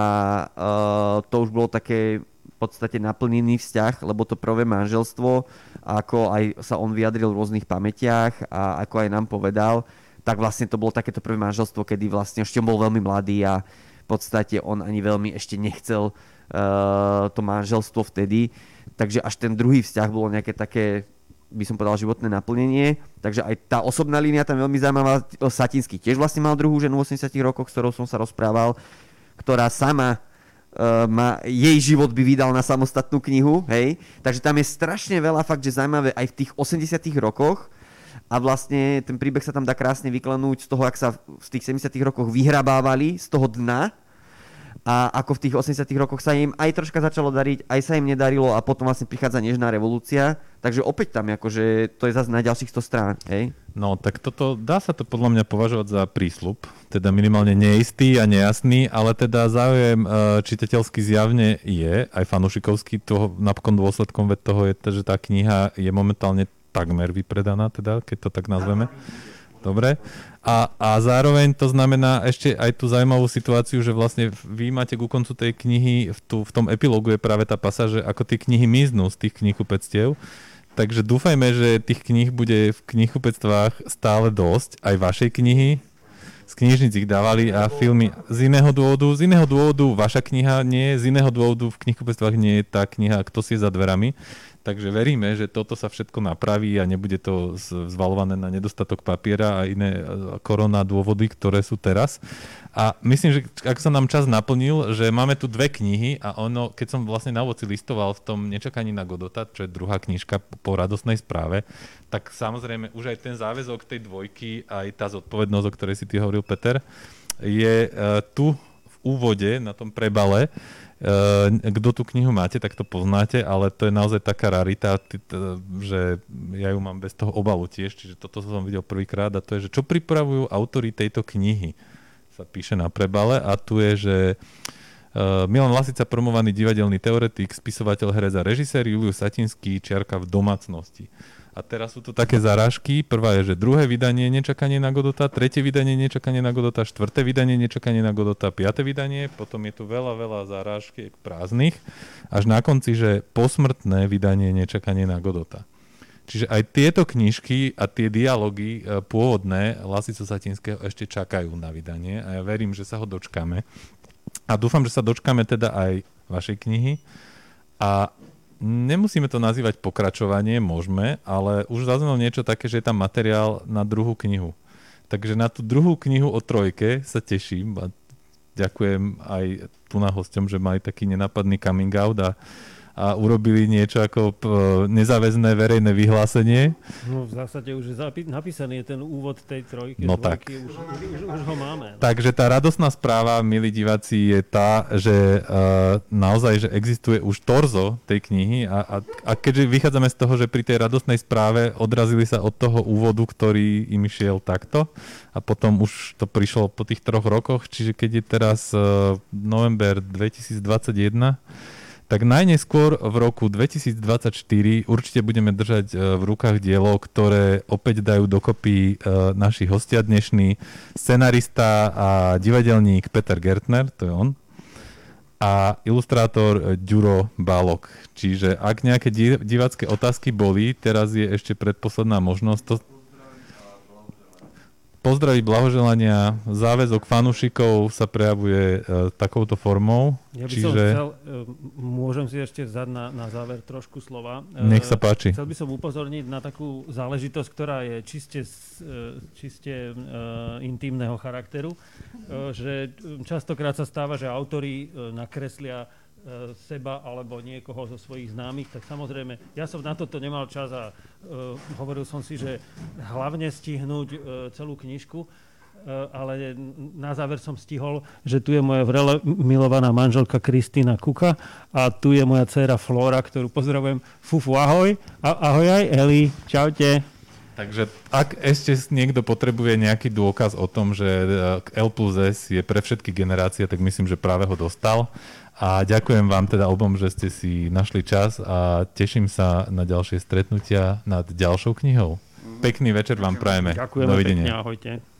[SPEAKER 3] to už bolo také v podstate naplnený vzťah, lebo to prvé manželstvo, ako aj sa on vyjadril v rôznych pamätiach a ako aj nám povedal, tak vlastne to bolo takéto prvé manželstvo, kedy vlastne ešte bol veľmi mladý a v podstate on ani veľmi ešte nechcel to manželstvo vtedy. Takže až ten druhý vzťah bolo nejaké také, by som povedal, životné naplnenie. Takže aj tá osobná línia tam veľmi zaujímavá. Satinský tiež vlastne mal druhú ženu v 80 rokoch, s ktorou som sa rozprával, ktorá sama jej život by vydal na samostatnú knihu, hej. Takže tam je strašne veľa fakt, že zaujímavé aj v tých 80 rokoch a vlastne ten príbeh sa tam dá krásne vyklenúť z toho, ak sa v tých 70 rokoch vyhrabávali z toho dna a ako v tých 80 rokoch sa im aj troška začalo dariť, aj sa im nedarilo a potom vlastne prichádza nežná revolúcia. Takže opäť tam akože to je zase na ďalších 100 strán, hej?
[SPEAKER 1] No, tak toto, dá sa to podľa mňa považovať za prísľub, teda minimálne neistý a nejasný, ale teda záujem čitateľský zjavne je, aj fanúšikovský, toho napokon dôsledkom toho je, že tá kniha je momentálne takmer vypredaná, teda, keď to tak nazveme. Dobre. A zároveň to znamená ešte aj tú zaujímavú situáciu, že vlastne vy máte ku koncu tej knihy, v tom epilógu je práve tá pasáž, že ako tie knihy miznú z tých knihkupectiev. Takže dúfajme, že tých kníh bude v knihkupectvách stále dosť, aj vašej knihy. Z knižnic ich dávali a filmy z iného dôvodu vaša kniha nie, z iného dôvodu v knihkupectvách nie je tá kniha Kto si je za dverami. Takže veríme, že toto sa všetko napraví a nebude to zvalované na nedostatok papiera a iné korona dôvody, ktoré sú teraz. A myslím, že ak sa nám čas naplnil, že máme tu dve knihy a ono, keď som vlastne na ovoci listoval v tom Nečakaní na Godota, čo je druhá knižka po radosnej správe, tak samozrejme už aj ten záväzok tej dvojky, aj tá zodpovednosť, o ktorej si ty hovoril, Peter, je tu v úvode, na tom prebale. Kto tú knihu máte, tak to poznáte, ale to je naozaj taká rarita, že ja ju mám bez toho obalu tiež, čiže toto som videl prvýkrát a to je, že čo pripravujú autori tejto knihy, sa píše na prebale a tu je, že Milan Lasica, promovaný divadelný teoretik, spisovateľ, herec a režisér, Julius Satinský, čiarka v domácnosti. A teraz sú tu také zarážky. Prvá je, že druhé vydanie Nečakanie na Godota, tretie vydanie Nečakanie na Godota, štvrté vydanie Nečakanie na Godota, piaté vydanie, potom je tu veľa zarážky prázdnych, až na konci, že posmrtné vydanie Nečakanie na Godota. Čiže aj tieto knižky a tie dialógy pôvodné Lasicu Satinského ešte čakajú na vydanie a ja verím, že sa ho dočkáme. A dúfam, že sa dočkáme teda aj vašej knihy. A nemusíme to nazývať pokračovanie, môžeme, ale už zaznelo niečo také, že je tam materiál na druhú knihu. Takže na tú druhú knihu o trojke sa teším a ďakujem aj tu na hosťom, že mali taký nenápadný coming out a urobili niečo ako nezáväzné verejné vyhlásenie.
[SPEAKER 2] No v zásade už je napísaný ten úvod tej trojky.
[SPEAKER 1] No tak.
[SPEAKER 2] Už ho máme. No.
[SPEAKER 1] Takže tá radosná správa, milí diváci, je tá, že naozaj, že existuje už torzo tej knihy a keďže vychádzame z toho, že pri tej radosnej správe odrazili sa od toho úvodu, ktorý im išiel takto a potom už to prišlo po tých 3 rokoch, čiže keď je teraz november 2021, tak najneskôr v roku 2024 určite budeme držať v rukách dielo, ktoré opäť dajú dokopy naši hostia dnešní, scenarista a divadelník Peter Gertner, to je on, a ilustrátor Ďuro Balog. Čiže ak nejaké divácké otázky boli, teraz je ešte predposledná možnosť pozdraviť, blahoželania, záväzok fanúšikov sa prejavuje takouto formou.
[SPEAKER 2] Ja by som chcel, môžem si ešte vzať na záver trošku slova.
[SPEAKER 1] Nech sa páči.
[SPEAKER 2] Chcel by som upozorniť na takú záležitosť, ktorá je čiste intimného charakteru, že častokrát sa stáva, že autori nakreslia seba alebo niekoho zo svojich známych, tak samozrejme, ja som na toto nemal čas a hovoril som si, že hlavne stihnúť celú knižku, ale na záver som stihol, že tu je moja vrele milovaná manželka Kristína Kuka a tu je moja dcéra Flóra, ktorú pozdravujem. Fufu, ahoj. Ahoj aj Eli, čaute.
[SPEAKER 1] Takže ak ešte niekto potrebuje nejaký dôkaz o tom, že L plus S je pre všetky generácie, tak myslím, že práve ho dostal. A ďakujem vám teda obom, že ste si našli čas a teším sa na ďalšie stretnutia nad ďalšou knihou. Pekný večer vám prajeme.
[SPEAKER 2] Ďakujeme
[SPEAKER 1] Dovidenia.
[SPEAKER 2] pekne, ahojte.